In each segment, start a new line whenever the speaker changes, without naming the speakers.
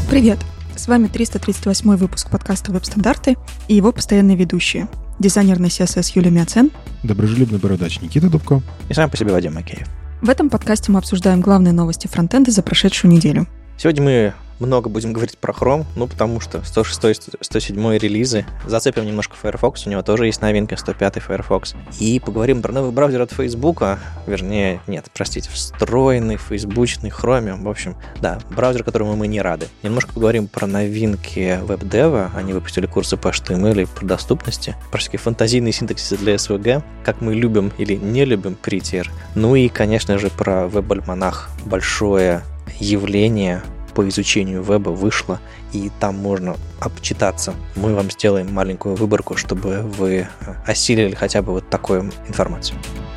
Привет! С вами 338 выпуск подкаста «Веб-стандарты» и его постоянные ведущие. Дизайнер на CSS Юлия Мяцен,
доброжелюбный бородач Никита Дубко
и сам по себе Вадим Макеев.
В этом подкасте мы обсуждаем главные новости фронтенда за прошедшую неделю.
Сегодня мы много будем говорить про Chrome, потому что 106 107 релизы. Зацепим немножко Firefox, у него тоже есть новинка, 105 Firefox. И поговорим про новый браузер от Facebook, встроенный фейсбучный Chromium. В общем, да, браузер, которому мы не рады. Немножко поговорим про новинки веб-дева. Они выпустили курсы по HTML и по доступности. Про всякие фантазийные синтаксисы для SVG, как мы любим или не любим Prettier. Ну и, конечно же, про веб-альманах. Большое явление по изучению веба вышло, и там можно обчитаться. Мы вам сделаем маленькую выборку, чтобы вы осилили хотя бы вот такую информацию.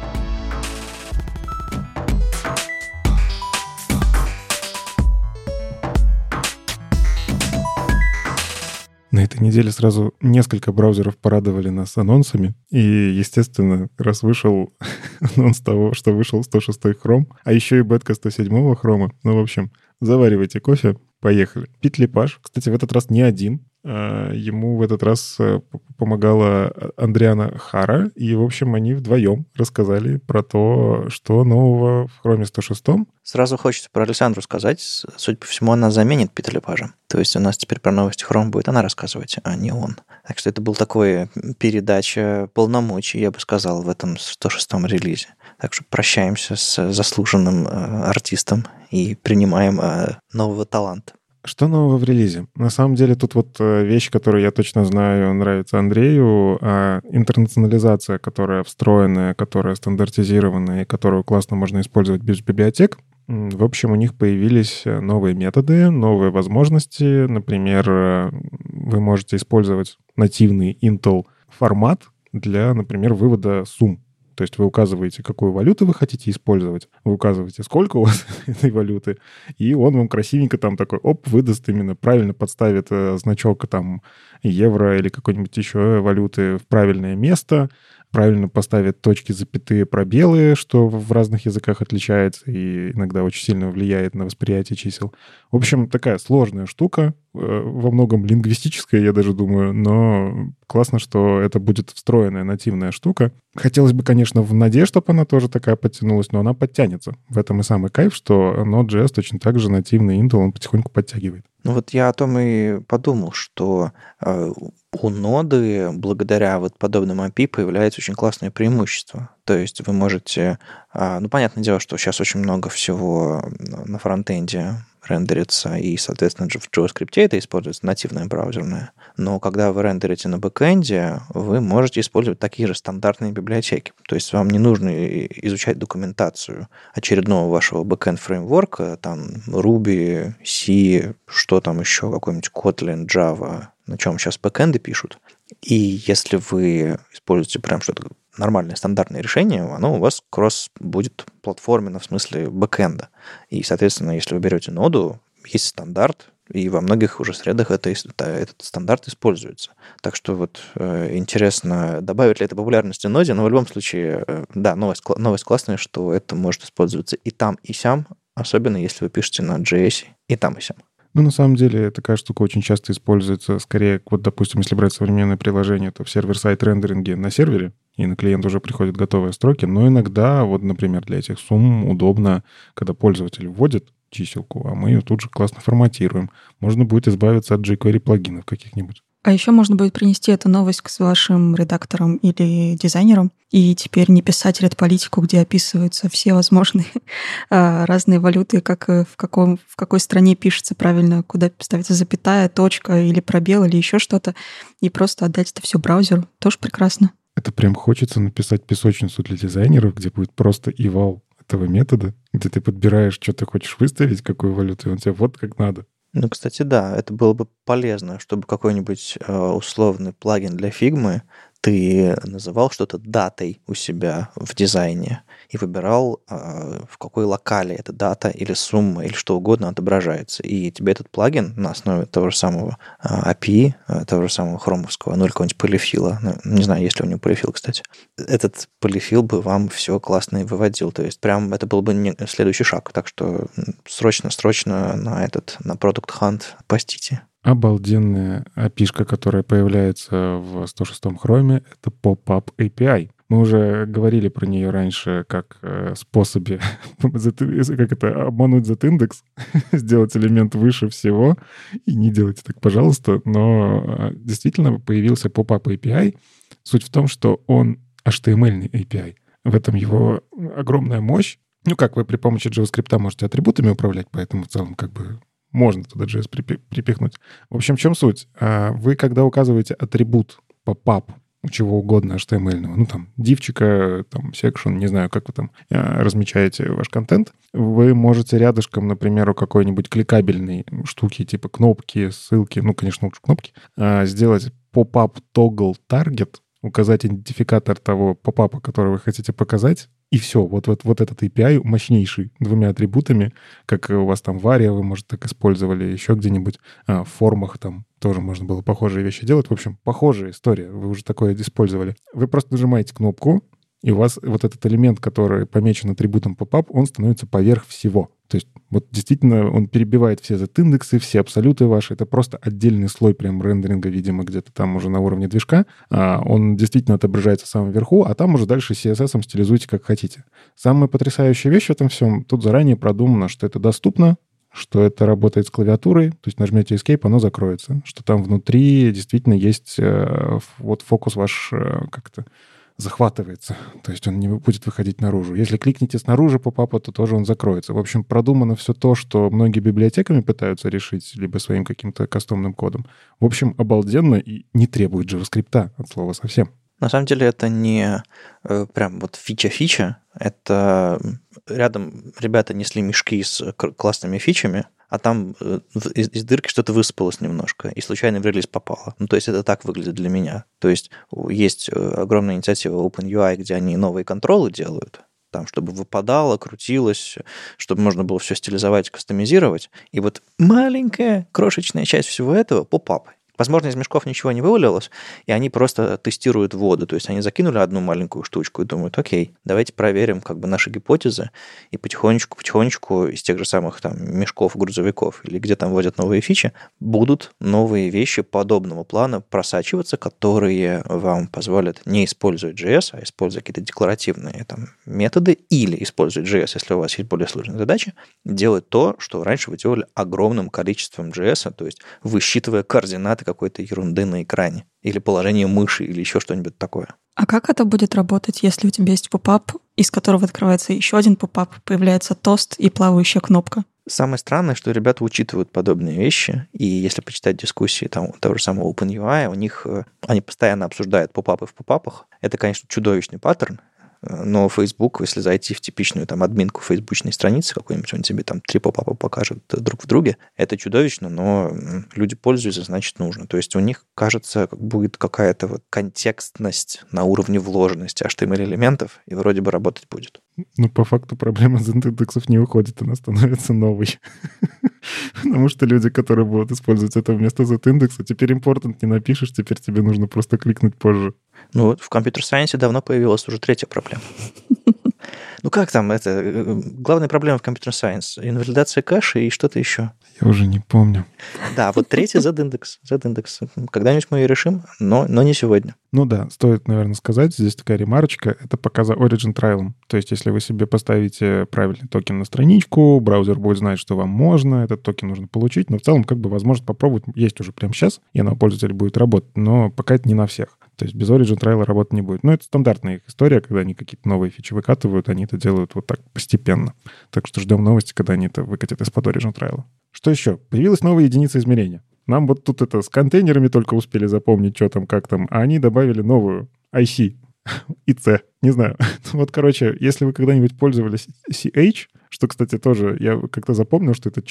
На этой неделе сразу несколько браузеров порадовали нас анонсами. И, естественно, раз вышел анонс того, что вышел 106 Chrome, а еще и бетка 107 Chrome. Ну, в общем, заваривайте кофе, поехали. Пит Лепаж, кстати, в этот раз не один. Ему в этот раз помогала Андриана Хара. И, в общем, они вдвоем рассказали про то, что нового в Chrome 106.
Сразу хочется про Александру сказать. Судя по всему, она заменит Пита Лепажа. То есть у нас теперь про новости Chrome будет она рассказывать, а не он. Так что это был такой передача полномочий, я бы сказал, в этом 106-м релизе. Так что прощаемся с заслуженным артистом и принимаем нового таланта.
Что нового в релизе? На самом деле тут вот вещь, которую я точно знаю, нравится Андрею, интернационализация, которая встроенная, которая стандартизированная и которую классно можно использовать без библиотек. В общем, у них появились новые методы, новые возможности. Например, вы можете использовать нативный Intel формат для, например, вывода сумм. То есть вы указываете, какую валюту вы хотите использовать, вы указываете, сколько у вас этой валюты, и он вам красивенько там такой, выдаст именно, правильно подставит значок там евро или какой-нибудь еще валюты в правильное место, правильно поставит точки, запятые, пробелы, что в разных языках отличается и иногда очень сильно влияет на восприятие чисел. В общем, такая сложная штука, во многом лингвистическая, я даже думаю, но классно, что это будет встроенная нативная штука. Хотелось бы, конечно, в Node, чтобы она тоже такая подтянулась, но она подтянется. В этом и самый кайф, что Node.js точно так же нативный Intel, он потихоньку подтягивает.
Ну вот я о том и подумал, что у ноды благодаря вот подобным API появляется очень классное преимущество. То есть вы можете... понятное дело, что сейчас очень много всего на фронтенде рендерится, и, соответственно, в JavaScript это используется нативное браузерное. Но когда вы рендерите на бэкэнде, вы можете использовать такие же стандартные библиотеки. То есть вам не нужно изучать документацию очередного вашего бэкэнд-фреймворка, там Ruby, C, что там еще, какой-нибудь Kotlin, Java, на чем сейчас бэкэнды пишут. И если вы используете прям что-то нормальное, стандартное решение, оно у вас кросс будет платформенно в смысле бэкэнда. И, соответственно, если вы берете ноду, есть стандарт, и во многих уже средах этот стандарт используется. Так что вот интересно, добавит ли это популярности ноде, но в любом случае, да, новость классная, что это может использоваться и там, и сям, особенно если вы пишете на JS и там, и сям.
На самом деле, такая штука очень часто используется скорее, вот, допустим, если брать современное приложение, то в сервер-сайд рендеринге на сервере, и на клиент уже приходят готовые строки, но иногда, вот, например, для этих сумм удобно, когда пользователь вводит чиселку, а мы ее тут же классно форматируем. Можно будет избавиться от jQuery плагинов каких-нибудь.
А еще можно будет принести эту новость к вашим редакторам или дизайнерам и теперь не писать редполитику, где описываются все возможные разные валюты, как в какой стране пишется правильно, куда ставится запятая, точка или пробел или еще что-то, и просто отдать это все браузеру. Тоже прекрасно.
Это прям хочется написать песочницу для дизайнеров, где будет просто eval этого метода, где ты подбираешь, что ты хочешь выставить, какую валюту, и он тебе вот как надо.
Кстати, да, это было бы полезно, чтобы какой-нибудь условный плагин для Figma ты называл что-то датой у себя в дизайне и выбирал, в какой локале эта дата или сумма или что угодно отображается. И тебе этот плагин на основе того же самого API, того же самого хромовского, ну или какого-нибудь полифила, не знаю, есть ли у него полифил, кстати, этот полифил бы вам все классно и выводил. То есть прям это был бы следующий шаг. Так что срочно на Product Hunt постите.
Обалденная API-шка, которая появляется в 106-м хроме, это Pop-up API. Мы уже говорили про нее раньше как способе обмануть Z-индекс, сделать элемент выше всего. И не делайте так, пожалуйста. Но действительно появился Pop-up API. Суть в том, что он HTML-ный API. В этом его огромная мощь. Ну как, вы при помощи JavaScript можете атрибутами управлять, поэтому в целом как бы можно туда JS припихнуть. В общем, в чем суть? Вы, когда указываете атрибут pop-up у чего угодно HTML-ного, ну, там, дивчика, там, section, не знаю, как вы там размечаете ваш контент, вы можете рядышком, например, у какой-нибудь кликабельной штуки, типа кнопки, ссылки, ну, конечно, лучше кнопки, сделать pop-up toggle target, указать идентификатор того попапа, который вы хотите показать, и все. Вот этот API мощнейший, 2 атрибутами, как у вас там в Aria, вы, может, так использовали, еще где-нибудь в формах там тоже можно было похожие вещи делать. В общем, похожая история. Вы уже такое использовали. Вы просто нажимаете кнопку, и у вас вот этот элемент, который помечен атрибутом pop-up, он становится поверх всего. То есть вот действительно он перебивает все Z-индексы, все абсолюты ваши. Это просто отдельный слой прям рендеринга, видимо, где-то там уже на уровне движка. Он действительно отображается в самом верху, а там уже дальше CSS-ом стилизуйте как хотите. Самая потрясающая вещь в этом всем, тут заранее продумано, что это доступно, что это работает с клавиатурой, то есть нажмете Escape, оно закроется. Что там внутри действительно есть вот фокус ваш как-то захватывается, то есть он не будет выходить наружу. Если кликните снаружи попапа, то тоже он закроется. В общем, продумано все то, что многие библиотеками пытаются решить, либо своим каким-то кастомным кодом. В общем, обалденно и не требует JavaScript от слова совсем.
На самом деле это не прям вот фича-фича, это рядом ребята несли мешки с классными фичами, а там из дырки что-то высыпалось немножко, и случайно в релиз попало. Ну, то есть это так выглядит для меня. То есть есть огромная инициатива OpenUI, где они новые контролы делают, там, чтобы выпадало, крутилось, чтобы можно было все стилизовать, кастомизировать. И вот маленькая, крошечная часть всего этого — поп-ап. Возможно, из мешков ничего не вывалилось, и они просто тестируют воду. То есть они закинули одну маленькую штучку и думают: окей, давайте проверим как бы наши гипотезы, и потихонечку из тех же самых там мешков, грузовиков или где там вводят новые фичи, будут новые вещи подобного плана просачиваться, которые вам позволят не использовать JS, а использовать какие-то декларативные там методы, или использовать JS, если у вас есть более сложные задачи, делать то, что раньше вы делали огромным количеством JS, то есть высчитывая координаты какой-то ерунды на экране, или положение мыши, или еще что-нибудь такое.
А как это будет работать, если у тебя есть попап, из которого открывается еще один попап, появляется тост и плавающая кнопка?
Самое странное, что ребята учитывают подобные вещи, и если почитать дискуссии там, того же самого OpenUI, у них они постоянно обсуждают попапы в попапах. Это, конечно, чудовищный паттерн, но Facebook, если зайти в типичную там админку фейсбучной страницы какой-нибудь, он тебе там 3 попапа покажет друг в друге. Это чудовищно, но люди пользуются, значит, нужно. То есть у них, кажется, как будет какая-то вот контекстность на уровне вложенности HTML-элементов, и вроде бы работать будет.
Ну, по факту проблема Z-индексов не уходит, она становится новой. Потому что люди, которые будут использовать это вместо Z-индекса, теперь important не напишешь, теперь тебе нужно просто кликнуть позже.
Ну вот в компьютер-сайенсе давно появилась уже 3-я проблема. Ну как там это? Главная проблема в компьютер-сайенс — инвалидация кэша и что-то еще.
Я уже не помню.
Да, вот 3-й Z-индекс. Когда-нибудь мы ее решим, но не сегодня.
Ну да, стоит, наверное, сказать, здесь такая ремарочка, это пока за Origin Trial. То есть если вы себе поставите правильный токен на страничку, браузер будет знать, что вам можно, этот токен нужно получить, но в целом как бы возможность попробовать есть уже прямо сейчас, и она у пользователя будет работать, но пока это не на всех. То есть без Origin Trial работать не будет. Но это стандартная их история, когда они какие-то новые фичи выкатывают, они это делают вот так постепенно. Так что ждем новости, когда они это выкатят из-под Origin Trial. Что еще? Появилась новая единица измерения. Нам вот тут это с контейнерами только успели запомнить, что там, как там, а они добавили новую IC, IC, не знаю. Вот, короче, если вы когда-нибудь пользовались CH, что, кстати, тоже я как-то запомнил, что это char,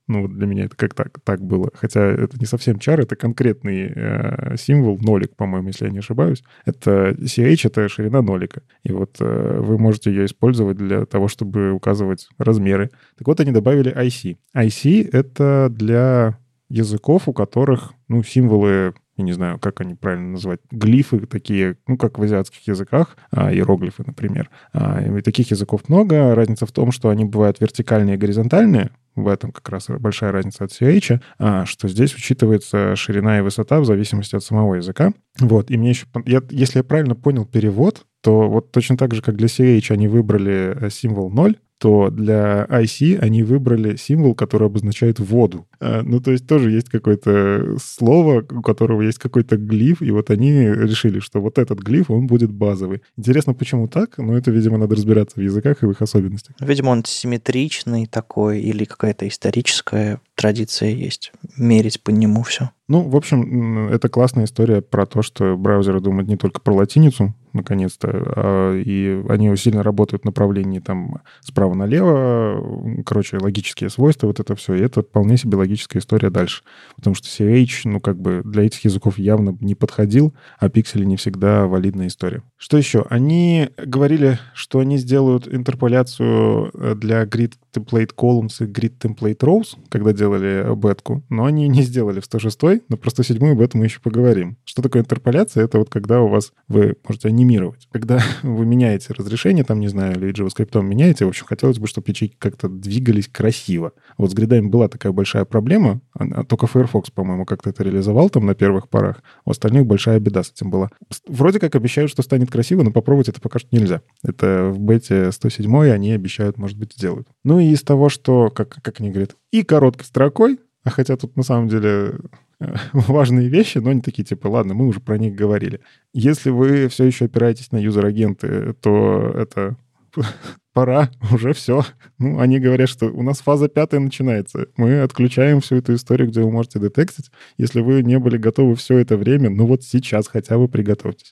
Ну, вот для меня это как так было. Хотя это не совсем char, это конкретный символ, нолик, по-моему, если я не ошибаюсь. Это CH — это ширина нолика. И вот вы можете ее использовать для того, чтобы указывать размеры. Так вот, они добавили IC. IC — это для языков, у которых, символы, я не знаю, как они правильно назвать, глифы такие, как в азиатских языках, иероглифы, например. И таких языков много. Разница в том, что они бывают вертикальные и горизонтальные. В этом как раз большая разница от CH, что здесь учитывается ширина и высота в зависимости от самого языка. Вот, и мне еще... Если я правильно понял перевод, то вот точно так же, как для CH они выбрали символ 0, то для IC они выбрали символ, который обозначает воду. То есть тоже есть какое-то слово, у которого есть какой-то глиф, и вот они решили, что вот этот глиф, он будет базовый. Интересно, почему так? Это, видимо, надо разбираться в языках и в их особенностях.
Видимо, он симметричный такой, или какая-то историческая традиция есть. Мерить по нему все.
В общем, это классная история про то, что браузеры думают не только про латиницу, наконец-то, и они сильно работают в направлении там справа налево, логические свойства, вот это все, и это вполне себе логическая история дальше. Потому что CH, для этих языков явно не подходил, а пиксели не всегда валидная история. Что еще? Они говорили, что они сделают интерполяцию для grid template columns и grid template rows, когда делали бетку, но они не сделали в 106-й, но про 107-й об этом мы еще поговорим. Что такое интерполяция? Это вот когда вы можете анимировать. Когда вы меняете разрешение, там, не знаю, или JavaScript меняете, в общем, хотелось бы, чтобы ячейки как-то двигались красиво. Вот с гридами была такая большая проблема, только Firefox, по-моему, как-то это реализовал там на первых порах, у остальных большая беда с этим была. Вроде как обещают, что станет красиво, но попробовать это пока что нельзя. Это в бете 107-й они обещают, может быть, сделают. И из того, что, как они говорят, и короткой строкой, а хотя тут на самом деле важные вещи, но они такие, ладно, мы уже про них говорили. Если вы все еще опираетесь на юзер-агенты, то это пора, уже все. Они говорят, что у нас фаза 5 начинается. Мы отключаем всю эту историю, где вы можете детектить. Если вы не были готовы все это время, вот сейчас хотя бы приготовьтесь.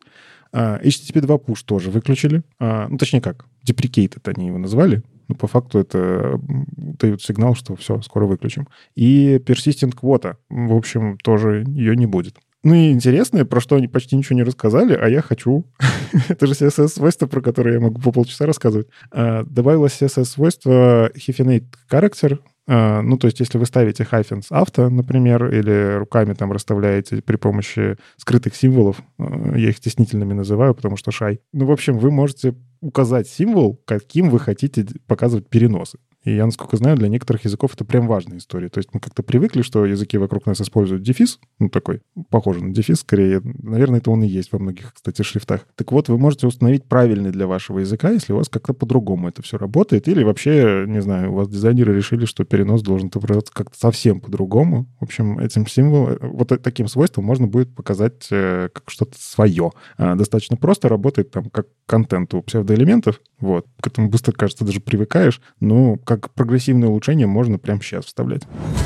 HTTP 2 push тоже выключили. Точнее как, deprecated они его назвали. По факту это дают сигнал, что все, скоро выключим. И persistent quota, в общем, тоже ее не будет. И интересное, про что они почти ничего не рассказали, а я хочу. Это же CSS-свойство, про которое я могу по полчаса рассказывать. Добавилось CSS-свойство hyphenate character. То есть если вы ставите hyphens авто, например, или руками там расставляете при помощи скрытых символов, я их стеснительными называю, потому что шай. В общем, вы можете указать символ, каким вы хотите показывать переносы. И я, насколько знаю, для некоторых языков это прям важная история. То есть мы как-то привыкли, что языки вокруг нас используют дефис, такой, похожий на дефис скорее. Наверное, это он и есть во многих, кстати, шрифтах. Так вот, вы можете установить правильный для вашего языка, если у вас как-то по-другому это все работает. Или вообще, не знаю, у вас дизайнеры решили, что перенос должен отображаться как-то совсем по-другому. В общем, этим символом, вот таким свойством можно будет показать как что-то свое. Достаточно просто работает там как контент у псевдоэлементов. Вот. К этому быстро, кажется, даже привыкаешь. Как прогрессивное улучшение можно прямо сейчас вставлять.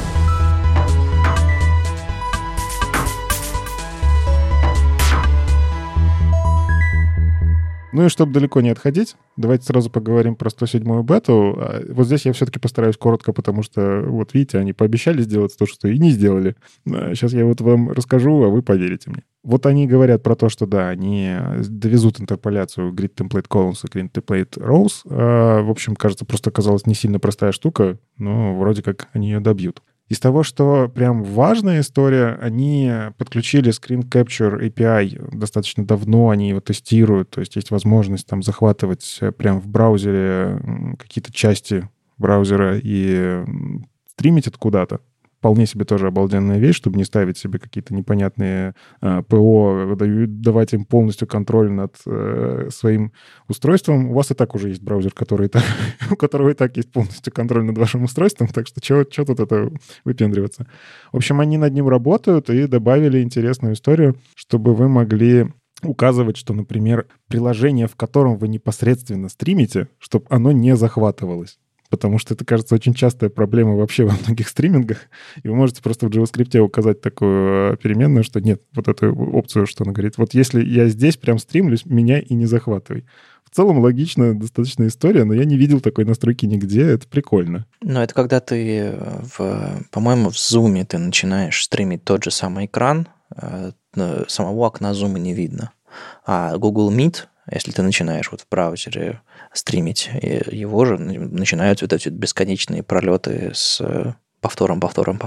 И чтобы далеко не отходить, давайте сразу поговорим про 107-ю бету. Вот здесь я все-таки постараюсь коротко, потому что, вот видите, они пообещали сделать то, что и не сделали. Сейчас я вам расскажу, а вы поверите мне. Вот они говорят про то, что да, они довезут интерполяцию grid template columns и grid template rows. В общем, кажется, просто оказалась не сильно простая штука, но вроде как они ее добьют. Из того, что прям важная история, они подключили Screen Capture API достаточно давно, они его тестируют, то есть есть возможность там захватывать прям в браузере какие-то части браузера и стримить это куда-то. Вполне себе тоже обалденная вещь, чтобы не ставить себе какие-то непонятные ПО, давать им полностью контроль над своим устройством. У вас и так уже есть браузер, у которого и так есть полностью контроль над вашим устройством, так что что тут это выпендриваться? В общем, они над ним работают и добавили интересную историю, чтобы вы могли указывать, что, например, приложение, в котором вы непосредственно стримите, чтобы оно не захватывалось. Потому что это, кажется, очень частая проблема вообще во многих стримингах. И вы можете просто в JavaScript указать такую переменную, что нет, вот эту опцию, что она говорит, вот если я здесь прям стримлюсь, меня и не захватывай. В целом логичная достаточно история, но я не видел такой настройки нигде. Это прикольно.
Но это когда ты, по-моему, в Zoom ты начинаешь стримить тот же самый экран, самого окна Zoom не видно. А Google Meet, если ты начинаешь вот в браузере стримить, его же начинают вот эти бесконечные пролеты с повтором.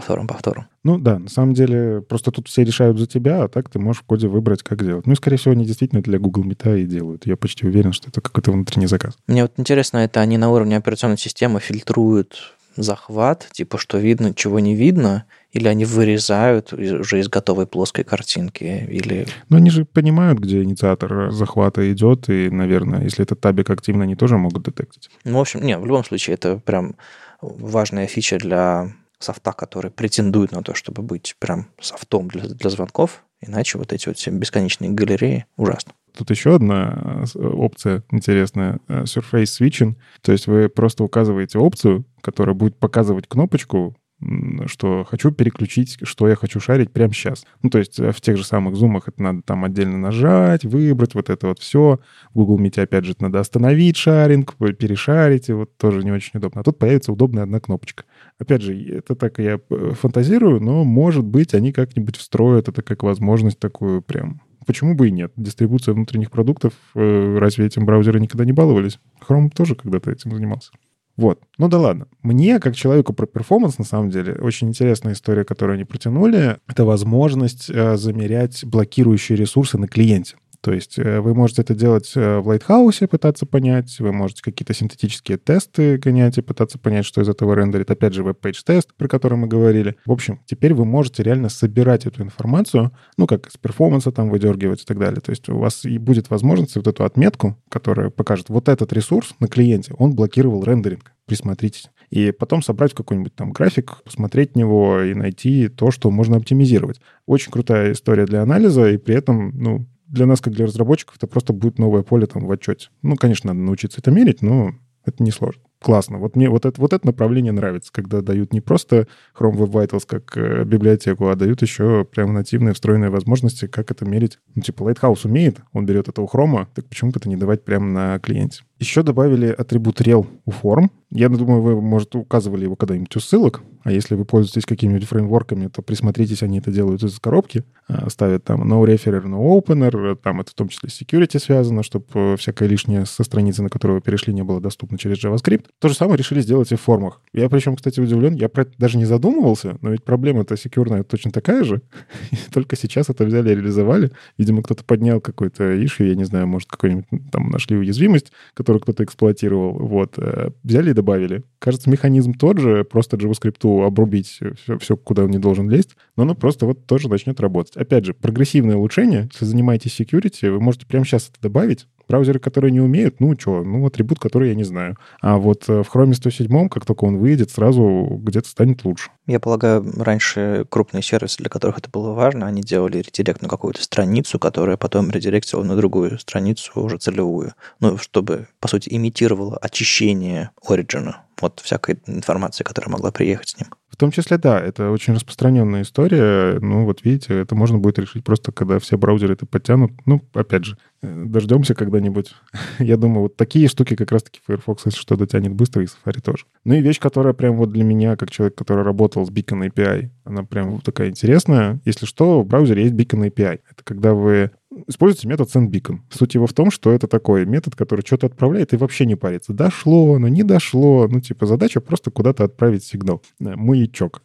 Ну да, на самом деле, просто тут все решают за тебя, а так ты можешь в коде выбрать, как делать. Ну, скорее всего, они действительно для Google Meet и делают. Я почти уверен, что это какой-то внутренний заказ.
Мне вот интересно, это они на уровне операционной системы фильтруют захват, типа, что видно, чего не видно, или они вырезают уже из готовой плоской картинки, или...
Но они же понимают, где инициатор захвата идет, и, наверное, если этот табик активно, они тоже могут детектить.
Ну, в общем, в любом случае, это прям важная фича для софта, который претендует на то, чтобы быть прям софтом для звонков, иначе вот эти вот все бесконечные галереи ужасно.
Тут еще одна опция интересная — Surface Switching. То есть вы просто указываете опцию, которая будет показывать кнопочку, что хочу переключить, что я хочу шарить прямо сейчас. Ну, то есть в тех же самых зумах это надо там отдельно нажать, выбрать вот это вот все. В Google Meet, опять же, это надо остановить шаринг, перешарить, и вот тоже не очень удобно. А тут появится удобная одна кнопочка. Опять же, это так я фантазирую, но, может быть, они как-нибудь встроят это как возможность такую прям... Почему бы и нет? Дистрибуция внутренних продуктов, разве этим браузеры никогда не баловались? Chrome тоже когда-то этим занимался. Вот. Ну да ладно. Мне, как человеку про перформанс, на самом деле, очень интересная история, которую они протянули, это возможность замерять блокирующие ресурсы на клиенте. То есть вы можете это делать в Lighthouse, пытаться понять, вы можете какие-то синтетические тесты гонять и пытаться понять, что из этого рендерит. Опять же, веб-пейдж-тест, про который мы говорили. В общем, теперь вы можете реально собирать эту информацию, ну, как из перформанса там выдергивать и так далее. То есть у вас и будет возможность вот эту отметку, которая покажет, вот этот ресурс на клиенте, он блокировал рендеринг. Присмотритесь. И потом собрать какой-нибудь там график, посмотреть на него и найти то, что можно оптимизировать. Очень крутая история для анализа, и при этом, ну, для нас, как для разработчиков, это просто будет новое поле там в отчете. Ну, конечно, надо научиться это мерить, но это несложно. Классно. Вот мне вот это направление нравится, когда дают не просто Chrome Web Vitals как библиотеку, а дают еще прям нативные встроенные возможности, как это мерить. Ну, типа Lighthouse умеет, он берет это у Chrome, так почему бы это не давать прямо на клиенте? Еще добавили атрибут rel у форм. Я думаю, вы, может, указывали его когда-нибудь у ссылок, а если вы пользуетесь какими-нибудь фреймворками, то присмотритесь, они это делают из коробки, ставят там no referer, no opener, там это в том числе с security связано, чтобы всякое лишнее со страницы, на которую вы перешли, не было доступно через JavaScript. То же самое решили сделать и в формах. Я причем, кстати, удивлен, я про это даже не задумывался, но ведь проблема-то секьюрная точно такая же. Только сейчас это взяли и реализовали. Видимо, кто-то поднял какой-то issue, я не знаю, может, какой-нибудь там нашли уязвимость, которую кто-то эксплуатировал. Вот. Взяли и добавили. Кажется, механизм тот же, просто JavaScript обрубить все, куда он не должен лезть, но оно просто вот тоже начнет работать. Опять же, прогрессивное улучшение. Если занимаетесь security, вы можете прямо сейчас это добавить. Браузеры, которые не умеют, ну что, ну атрибут, который я не знаю. А вот в Chrome 107, как только он выйдет, сразу где-то станет лучше.
Я полагаю, раньше крупные сервисы, для которых это было важно, они делали редирект на какую-то страницу, которая потом редиректила на другую страницу уже целевую. Ну, чтобы, по сути, имитировала очищение Origin от всякой информации, которая могла приехать с ним.
В том числе, да, это очень распространенная история. Ну, вот видите, это можно будет решить просто, когда все браузеры это подтянут. Ну, опять же, дождемся когда-нибудь. Я думаю, вот такие штуки как раз-таки Firefox, если что, дотянет быстро, и Safari тоже. Ну и вещь, которая прям вот для меня, как человек, который работал с Beacon API, она прям такая интересная. Если что, в браузере есть Beacon API. Это когда вы используйте метод sendBeacon. Суть его в том, что это такой метод, который что-то отправляет и вообще не парится. Дошло оно, не дошло. Ну, типа, задача просто куда-то отправить сигнал. Маячок.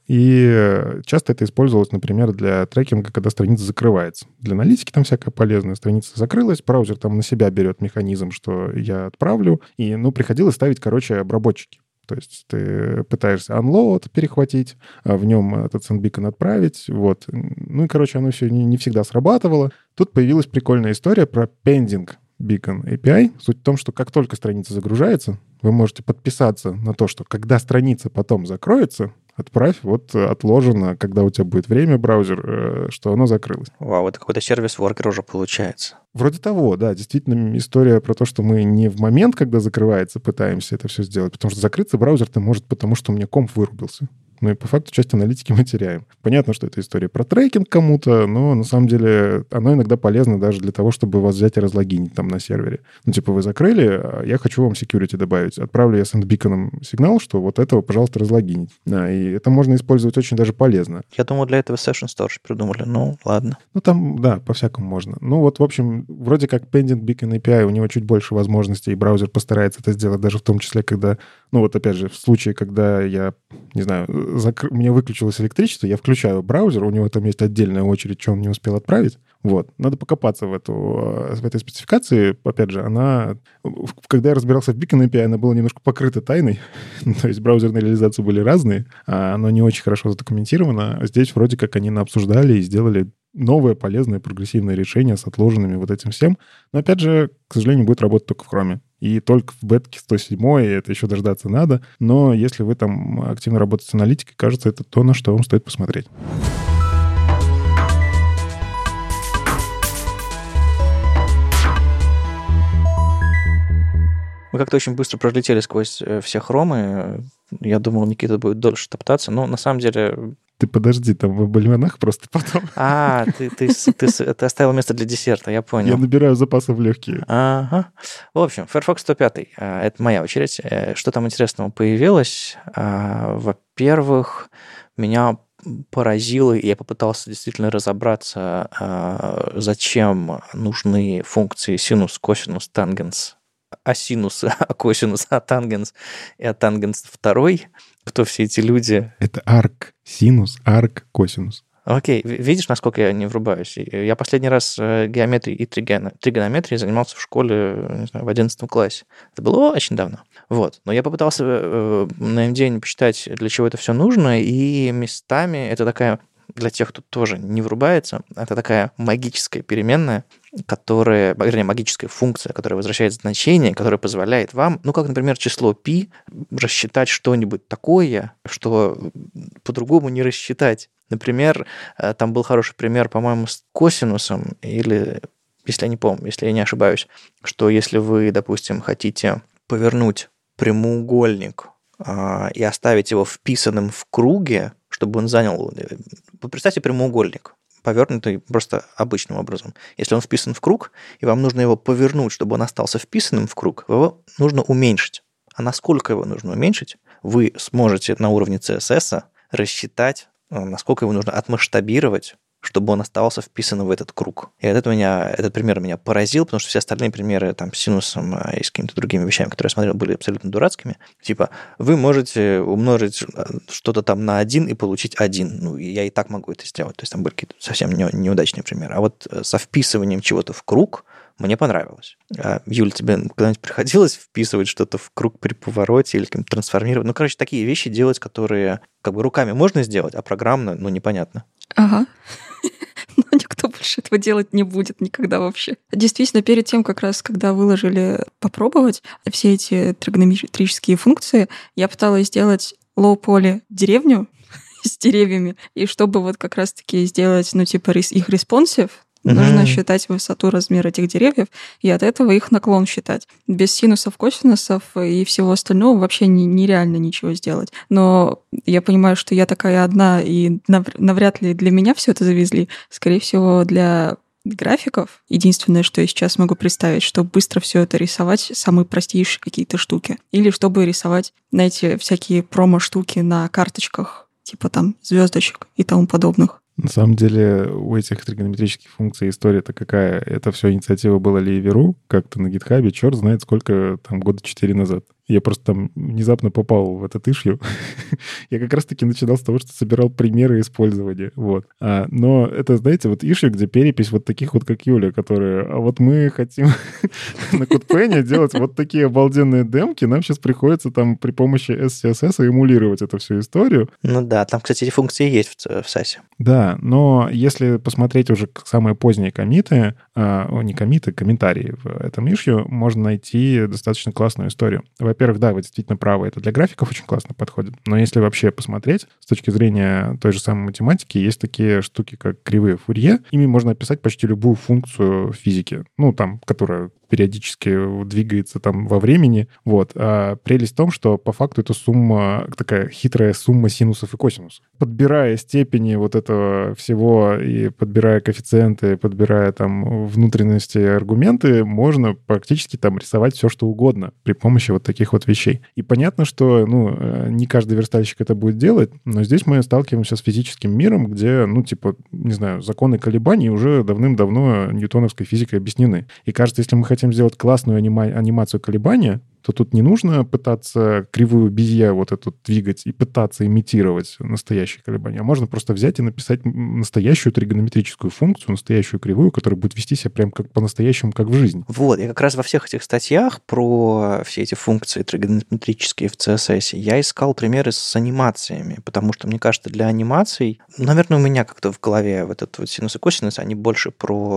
И часто это использовалось, например, для трекинга, когда страница закрывается. Для аналитики там всякая полезная. Страница закрылась, браузер там на себя берет механизм, что я отправлю. И, ну, приходилось ставить, короче, обработчики. То есть ты пытаешься unload перехватить, в нем этот sendBeacon отправить. Вот. Ну и, короче, оно все не всегда срабатывало. Тут появилась прикольная история про pending Beacon API. Суть в том, что как только страница загружается, вы можете подписаться на то, что когда страница потом закроется, отправь, вот отложено, когда у тебя будет время, браузер, что оно закрылось.
Вау, это какой-то сервис-воркер уже получается.
Вроде того, да. Действительно, история про то, что мы не в момент, когда закрывается, пытаемся это все сделать, потому что закрыться браузер-то может, потому что у меня комп вырубился. но и по факту часть аналитики мы теряем. Понятно, что это история про трекинг кому-то, но на самом деле оно иногда полезно даже для того, чтобы вас взять и разлогинить там на сервере. Ну, типа, вы закрыли, а я хочу вам security добавить. Отправлю я SendBeacon сигнал, что вот этого, пожалуйста, разлогинить. Да, и это можно использовать очень даже полезно.
Я думал, для этого Session Storage придумали. Ну, ладно.
Ну, там, да, по-всякому можно. Ну, вот, в общем, вроде как Pending Beacon API, у него чуть больше возможностей, и браузер постарается это сделать, даже в том числе, когда, ну, вот опять же, в случае, когда я, не знаю, у меня выключилось электричество, я включаю браузер, у него там есть отдельная очередь, что он не успел отправить. Вот. Надо покопаться в этой спецификации. Опять же, когда я разбирался в Beacon API, она была немножко покрыта тайной. То есть браузерные реализации были разные, а оно не очень хорошо задокументировано. А здесь вроде как они обсуждали и сделали новое, полезное, прогрессивное решение с отложенными вот этим всем. Но, опять же, к сожалению, будет работать только в Chrome. И только в бетке 107, и это еще дождаться надо. Но если вы там активно работаете с аналитикой, кажется, это то, на что вам стоит посмотреть.
Мы как-то очень быстро пролетели сквозь все хромы. Я думал, Никита будет дольше топтаться, но на самом деле...
Ты подожди, там в Бальманах просто потом.
Ты оставил место для десерта, я понял.
Я набираю запасов легкие.
Ага. В общем, Firefox 105. Это моя очередь. Что там интересного появилось? Во-первых, меня поразило, и я попытался действительно разобраться, зачем нужны функции синус, косинус, тангенс, асинус, акосинус, атангенс и атангенс второй. Кто все эти люди?
Это арк, синус, арк, косинус.
Окей, видишь, насколько я не врубаюсь? Я последний раз геометрией и тригонометрией занимался в школе, не знаю, в 11 классе. Это было очень давно. Вот. Но я попытался на MD почитать, для чего это все нужно, и местами это такая... Для тех, кто тоже не врубается, это такая магическая переменная, магическая функция, которая возвращает значение, которая позволяет вам, ну, как, например, число π, рассчитать что-нибудь такое, что по-другому не рассчитать. Например, там был хороший пример, по-моему, с косинусом, или, если я не ошибаюсь, что если вы, допустим, хотите повернуть прямоугольник и оставить его вписанным в круге, чтобы он занял... Представьте прямоугольник, повернутый просто обычным образом. Если он вписан в круг, и вам нужно его повернуть, чтобы он остался вписанным в круг, его нужно уменьшить. А насколько его нужно уменьшить, вы сможете на уровне CSS рассчитать, насколько его нужно отмасштабировать, чтобы он оставался вписанным в этот круг. И этот пример меня поразил, потому что все остальные примеры там, с синусом и с какими-то другими вещами, которые я смотрел, были абсолютно дурацкими. Типа, вы можете умножить что-то там на 1 и получить 1. Ну, я и так могу это сделать. То есть там были какие-то совсем неудачные примеры. А вот со вписыванием чего-то в круг мне понравилось. Юль, тебе когда-нибудь приходилось вписывать что-то в круг при повороте или трансформировать? Ну, короче, такие вещи делать, которые как бы руками можно сделать, а программно, ну, непонятно.
Ага. Но никто больше этого делать не будет никогда вообще. Действительно, перед тем, как раз, когда выложили попробовать все эти тригонометрические функции, я пыталась сделать low-poly деревню с деревьями, и чтобы вот как раз-таки сделать, ну, типа, их responsive, нужно считать высоту, размер этих деревьев, и от этого их наклон считать. Без синусов, косинусов и всего остального вообще нереально ничего сделать. Но я понимаю, что я такая одна, и навряд ли для меня все это завезли. Скорее всего, для графиков единственное, что я сейчас могу представить, чтобы быстро все это рисовать, самые простейшие какие-то штуки. Или чтобы рисовать, знаете, всякие промо-штуки на карточках, типа там звездочек и тому подобных.
На самом деле у этих тригонометрических функций история-то какая? Это все инициатива была Ливеру, как-то на гитхабе, черт знает сколько, там, года 4 назад. Я просто там внезапно попал в этот issue. Я как раз-таки начинал с того, что собирал примеры использования. Вот. Но это, знаете, вот issue, где перепись вот таких вот, как Юля, которые... А вот мы хотим на CodePen делать вот такие обалденные демки. Нам сейчас приходится там при помощи SCSS эмулировать эту всю историю.
Ну да, там, кстати, эти функции есть в SAS.
Да, но если посмотреть уже самые поздние коммиты, не коммиты, комментарии в этом issue, можно найти достаточно классную историю. Во-первых, да, вы действительно правы, это для графиков очень классно подходит. Но если вообще посмотреть, с точки зрения той же самой математики, есть такие штуки, как кривые Фурье. Ими можно описать почти любую функцию физики, ну, там, которая периодически двигается там во времени. Вот. А прелесть в том, что по факту это сумма, такая хитрая сумма синусов и косинусов. Подбирая степени вот этого всего и подбирая коэффициенты, подбирая там внутренности и аргументы, можно практически там рисовать все, что угодно при помощи вот таких вот вещей. И понятно, что, не каждый верстальщик это будет делать, но здесь мы сталкиваемся с физическим миром, где, не знаю, законы колебаний уже давным-давно ньютоновской физикой объяснены. И кажется, если мы хотим сделать классную анимацию колебания, то тут не нужно пытаться кривую Безье вот эту двигать и пытаться имитировать настоящие колебания, а можно просто взять и написать настоящую тригонометрическую функцию, настоящую кривую, которая будет вести себя прям как по-настоящему, как в жизни.
Вот, и как раз во всех этих статьях про все эти функции тригонометрические в CSS я искал примеры с анимациями, потому что, мне кажется, для анимаций, наверное, у меня как-то в голове вот этот вот синус и косинус, они больше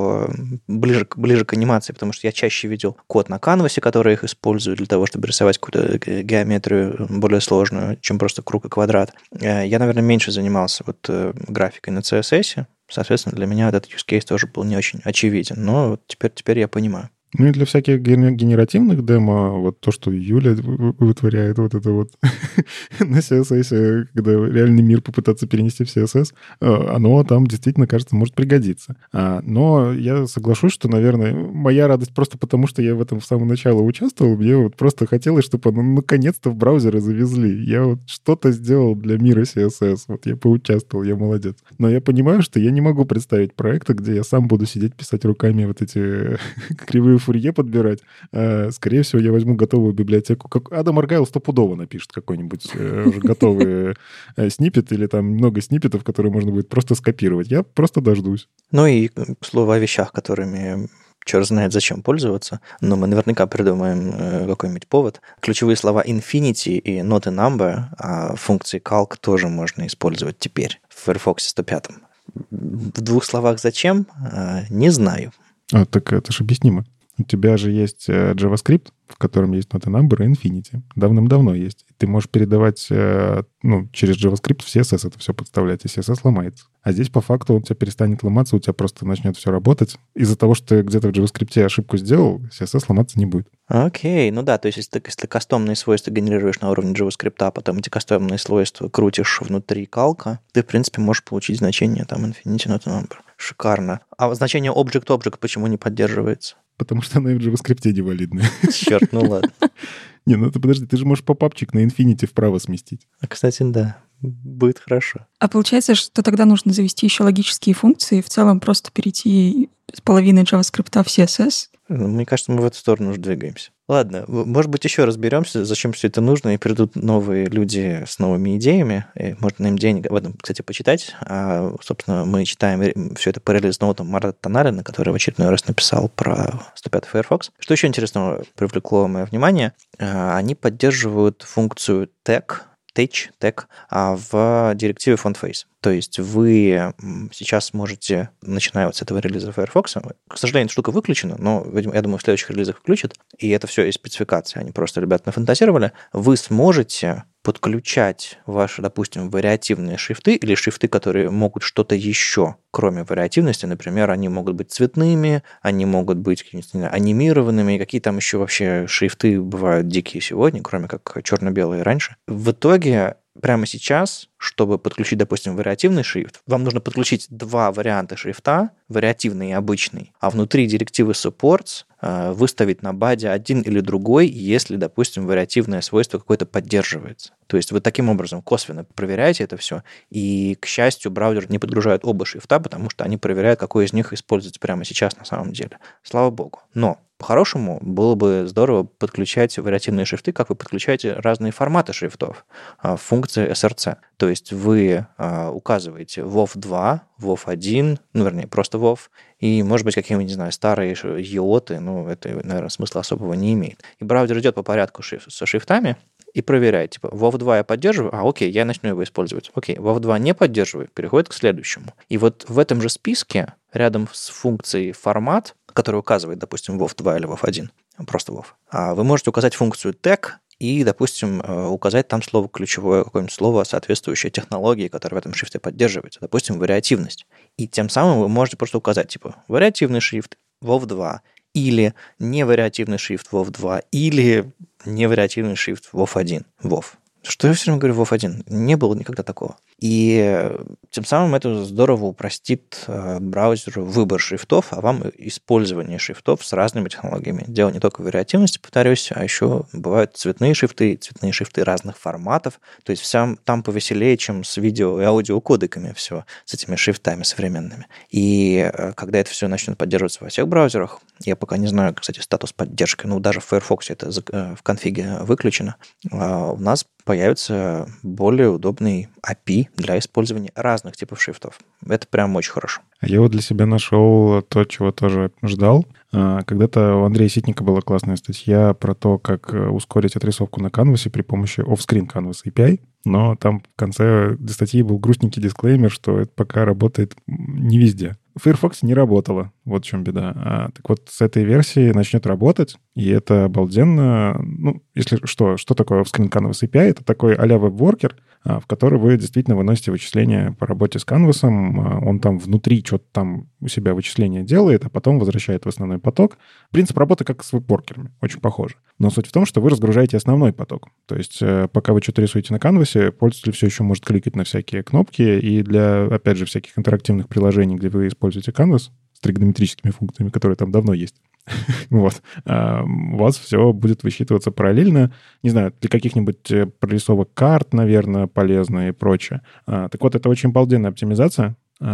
ближе к анимации, потому что я чаще видел код на канвасе, который их используют для того, чтобы рисовать какую-то геометрию более сложную, чем просто круг и квадрат. Я, наверное, меньше занимался графикой на CSS, соответственно, для меня этот use case тоже был не очень очевиден, но теперь я понимаю.
Ну и для всяких генеративных демо, вот то, что Юля вытворяет вот это вот на CSS, когда реальный мир попытаться перенести в CSS, оно там действительно, кажется, может пригодиться. Но я соглашусь, что, наверное, моя радость просто потому, что я в этом с самого начала участвовал, мне вот просто хотелось, чтобы оно наконец-то в браузеры завезли. Я вот что-то сделал для мира CSS, вот я поучаствовал, я молодец. Но я понимаю, что я не могу представить проекта, где я сам буду сидеть, писать руками вот эти кривые Фурье подбирать. Скорее всего, я возьму готовую библиотеку. Как Адам Аргайл стопудово напишет какой-нибудь уже готовый сниппет или там много сниппетов, которые можно будет просто скопировать. Я просто дождусь.
Ну и, к слову, о вещах, которыми черт знает зачем пользоваться, но мы наверняка придумаем какой-нибудь повод. Ключевые слова infinity и not a number, а функции calc тоже можно использовать теперь в Firefox 105. В двух словах зачем? Не знаю.
Так это же объяснимо. У тебя же есть JavaScript, в котором есть not a number и infinity. Давным-давно есть. Ты можешь передавать через JavaScript в CSS это все подставлять, и CSS ломается. А здесь по факту он у тебя перестанет ломаться, у тебя просто начнет все работать. Из-за того, что ты где-то в JavaScript ошибку сделал, CSS ломаться не будет.
Окей, ну да, то есть если ты кастомные свойства генерируешь на уровне JavaScript, а потом эти кастомные свойства крутишь внутри калка, ты, в принципе, можешь получить значение там infinity not a number. Шикарно. А значение object почему не поддерживается?
Потому что она и в JavaScript не валидная.
Черт, ну ладно.
Подожди, ты же можешь попапчик на Infinity вправо сместить.
Кстати, да, будет хорошо.
А получается, что тогда нужно завести еще логические функции, в целом просто перейти с половины JavaScript в CSS?
Мне кажется, мы в эту сторону уже двигаемся. Ладно, может быть, еще разберемся, зачем все это нужно, и придут новые люди с новыми идеями. И можно им денег об этом, кстати, почитать. Собственно, мы читаем все это по релиз-ноутам Марата Танарина, который в очередной раз написал про 105-й Firefox. Что еще интересного привлекло мое внимание? Они поддерживают функцию tag в директиве FontFace. То есть вы сейчас можете, начиная с этого релиза Firefox, к сожалению, эта штука выключена, но, видимо, я думаю, в следующих релизах включат, и это все из спецификации, они просто, ребята, нафантазировали, вы сможете подключать ваши, допустим, вариативные шрифты или шрифты, которые могут что-то еще, кроме вариативности. Например, они могут быть цветными, они могут быть анимированными, и какие там еще вообще шрифты бывают дикие сегодня, кроме как черно-белые раньше. В итоге прямо сейчас, чтобы подключить, допустим, вариативный шрифт, вам нужно подключить два варианта шрифта, вариативный и обычный, а внутри директивы supports выставить на баде один или другой, если, допустим, вариативное свойство какое-то поддерживается. То есть вы таким образом косвенно проверяете это все, и, к счастью, браузер не подгружает оба шрифта, потому что они проверяют, какой из них используется прямо сейчас на самом деле. Слава богу. Но по-хорошему, было бы здорово подключать вариативные шрифты, как вы подключаете разные форматы шрифтов в функции src. То есть вы указываете WOV2, WOV1, вернее, просто WOV, и, может быть, какие-нибудь, не знаю, старые EOT, это, наверное, смысла особого не имеет. И браузер идет по порядку со шрифтами и проверяет, типа, WOV2 я поддерживаю, окей, я начну его использовать. Окей, WOV2 не поддерживаю, переходит к следующему. И вот в этом же списке, рядом с функцией формат, который указывает, допустим, WOV2 или WOV1, просто WOV, вы можете указать функцию tag и, допустим, указать там слово ключевое, какое-нибудь слово, соответствующее технологии, которая в этом шрифте поддерживается, допустим, вариативность. И тем самым вы можете просто указать, типа, вариативный шрифт, WOV2, или невариативный шрифт WoW2, или невариативный шрифт WoW1. WoW. Что я все время говорю WoW1? Не было никогда такого. И тем самым это здорово упростит браузеру выбор шрифтов, а вам использование шрифтов с разными технологиями. Дело не только в вариативности, повторюсь, а еще бывают цветные шрифты разных форматов. То есть там повеселее, чем с видео и аудиокодеками все, с этими шрифтами современными. И когда это все начнет поддерживаться во всех браузерах, я пока не знаю, кстати, статус поддержки, даже в Firefox это в конфиге выключено, у нас появится более удобный API для использования разных типов шрифтов. Это прям очень хорошо.
Я вот для себя нашел то, чего тоже ждал. Когда-то у Андрея Ситника была классная статья про то, как ускорить отрисовку на канвасе при помощи off-screen Canvas API, но там в конце статьи был грустненький дисклеймер, что это пока работает не везде. В Firefox не работало, вот в чем беда. Так вот, с этой версии начнет работать, и это обалденно. Если что такое off-screen Canvas API? Это такой а-ля веб-воркер, в который вы действительно выносите вычисления по работе с канвасом. Он там внутри что-то там у себя вычисления делает, а потом возвращает в основной поток. Принцип работы как с веб-воркерами, очень похоже. Но суть в том, что вы разгружаете основной поток. То есть пока вы что-то рисуете на канвасе, пользователь все еще может кликать на всякие кнопки, и для, опять же, всяких интерактивных приложений, где вы используете канвас с тригонометрическими функциями, которые там давно есть, вот, у вас все будет высчитываться параллельно. Не знаю, для каких-нибудь прорисовок карт, наверное, полезно и прочее. Так вот, это очень обалденная оптимизация,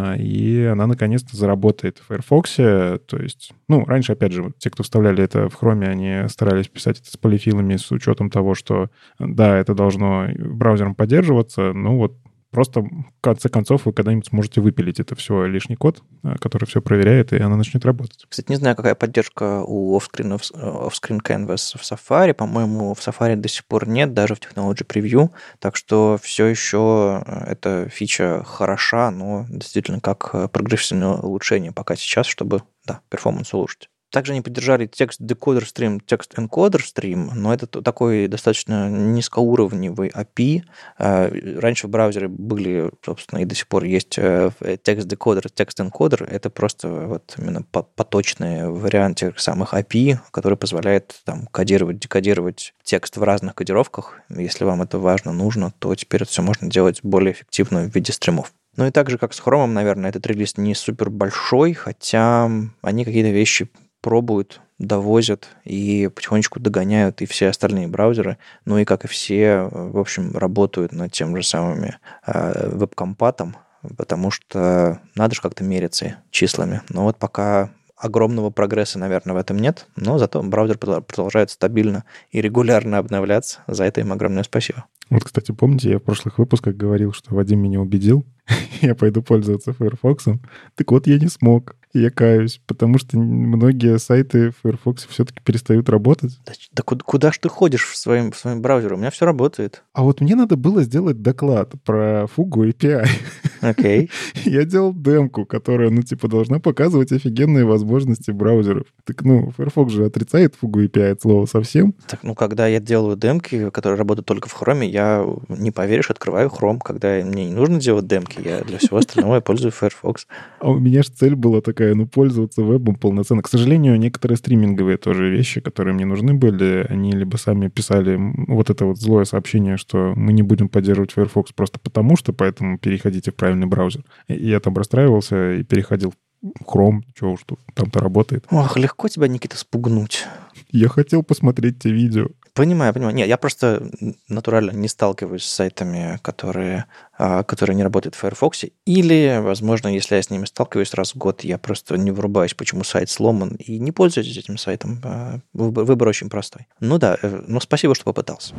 и она наконец-то заработает в Firefox. То есть, раньше, опять же, те, кто вставляли это в Chrome, они старались писать это с полифилами, с учетом того, что, да, это должно браузером поддерживаться, просто в конце концов вы когда-нибудь сможете выпилить это все лишний код, который все проверяет, и она начнет работать.
Кстати, не знаю, какая поддержка у off-screen Canvas в Safari. По-моему, в Safari до сих пор нет, даже в Technology Preview. Так что все еще эта фича хороша, но действительно как прогрессивное улучшение пока сейчас, чтобы, перформанс улучшить. Также они поддержали текст-декодер стрим, текст-энкодер стрим, но это такой достаточно низкоуровневый API. Раньше в браузере были, собственно, и до сих пор есть текст-декодер, текст-энкодер. Это просто именно поточные варианты тех самых API, которые позволяют кодировать, декодировать текст в разных кодировках. Если вам это важно, нужно, то теперь это все можно делать более эффективно в виде стримов. Ну и так же, как с Chrome, наверное, этот релиз не супер большой, хотя они какие-то вещи пробуют, довозят и потихонечку догоняют и все остальные браузеры. Ну и, как и все, в общем, работают над тем же самыми веб-компатом, потому что надо же как-то мериться числами. Но пока огромного прогресса, наверное, в этом нет, но зато браузер продолжает стабильно и регулярно обновляться. За это им огромное спасибо.
Вот, кстати, помните, я в прошлых выпусках говорил, что Вадим меня убедил, я пойду пользоваться Firefox. Так вот, я не смог. Я каюсь, потому что многие сайты в Firefox все-таки перестают работать.
Да куда ж ты ходишь в своем браузере? У меня все работает.
А вот мне надо было сделать доклад про фугу API.
Окей.
Я делал демку, которая, должна показывать офигенные возможности браузеров. Так, Firefox же отрицает фугу API от слова совсем.
Так, когда я делаю демки, которые работают только в Chrome, я, не поверишь, открываю Chrome. Когда мне не нужно делать демки, я для всего остального пользуюсь Firefox.
А у меня же цель была такая, пользоваться вебом полноценно. К сожалению, некоторые стриминговые тоже вещи, которые мне нужны были, они либо сами писали это злое сообщение, что мы не будем поддерживать Firefox просто потому, что поэтому переходите в правильный браузер. И я там расстраивался и переходил в Chrome, что там-то работает.
Ох, легко тебя, Никита, спугнуть.
Я хотел посмотреть те видео.
Понимаю. Нет, я просто натурально не сталкиваюсь с сайтами, которые не работают в Firefox. Или, возможно, если я с ними сталкиваюсь раз в год, я просто не врубаюсь, почему сайт сломан, и не пользуюсь этим сайтом. Выбор очень простой. Спасибо, что попытался.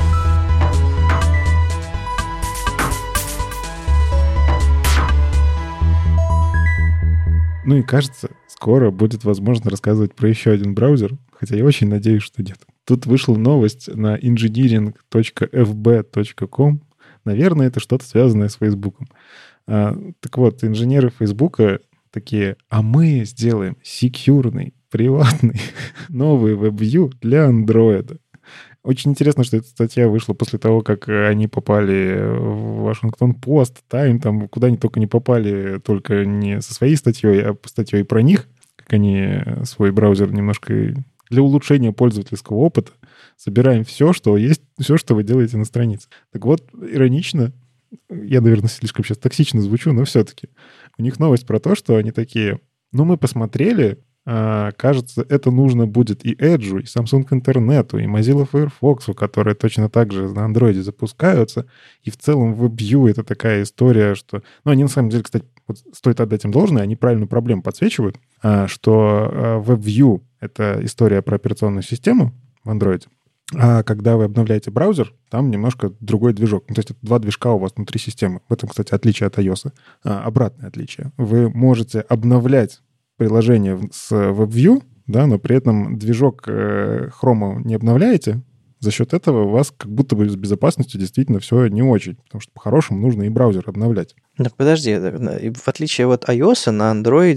И кажется, скоро будет возможно рассказывать про еще один браузер, хотя я очень надеюсь, что нет. Тут вышла новость на engineering.fb.com. Наверное, это что-то связанное с Фейсбуком. Так вот, инженеры Фейсбука такие, а мы сделаем секьюрный, приватный, новый WebView для Android. Очень интересно, что эта статья вышла после того, как они попали в Вашингтон-Пост, Тайм, там куда они только не попали, только не со своей статьей, а статьей про них. как они свой браузер немножко для улучшения пользовательского опыта собираем все, что есть, все, что вы делаете на странице. Так вот, иронично, я, наверное, слишком сейчас токсично звучу, но все-таки у них новость про то, что они такие, мы посмотрели, кажется, это нужно будет и Edge, и Samsung Internet, и Mozilla Firefox, которые точно так же на Android запускаются. И в целом WebView — это такая история, что... они на самом деле, кстати, стоит отдать им должное, они правильную проблему подсвечивают, что WebView — это история про операционную систему в Android, а когда вы обновляете браузер, там немножко другой движок. То есть это два движка у вас внутри системы. В этом, кстати, отличие от iOS. Обратное отличие. Вы можете обновлять приложение с WebView, да, но при этом движок Chrome не обновляете. За счет этого у вас как будто бы с безопасностью действительно все не очень. Потому что по-хорошему нужно и браузер обновлять.
Да, подожди, в отличие от iOS, на Android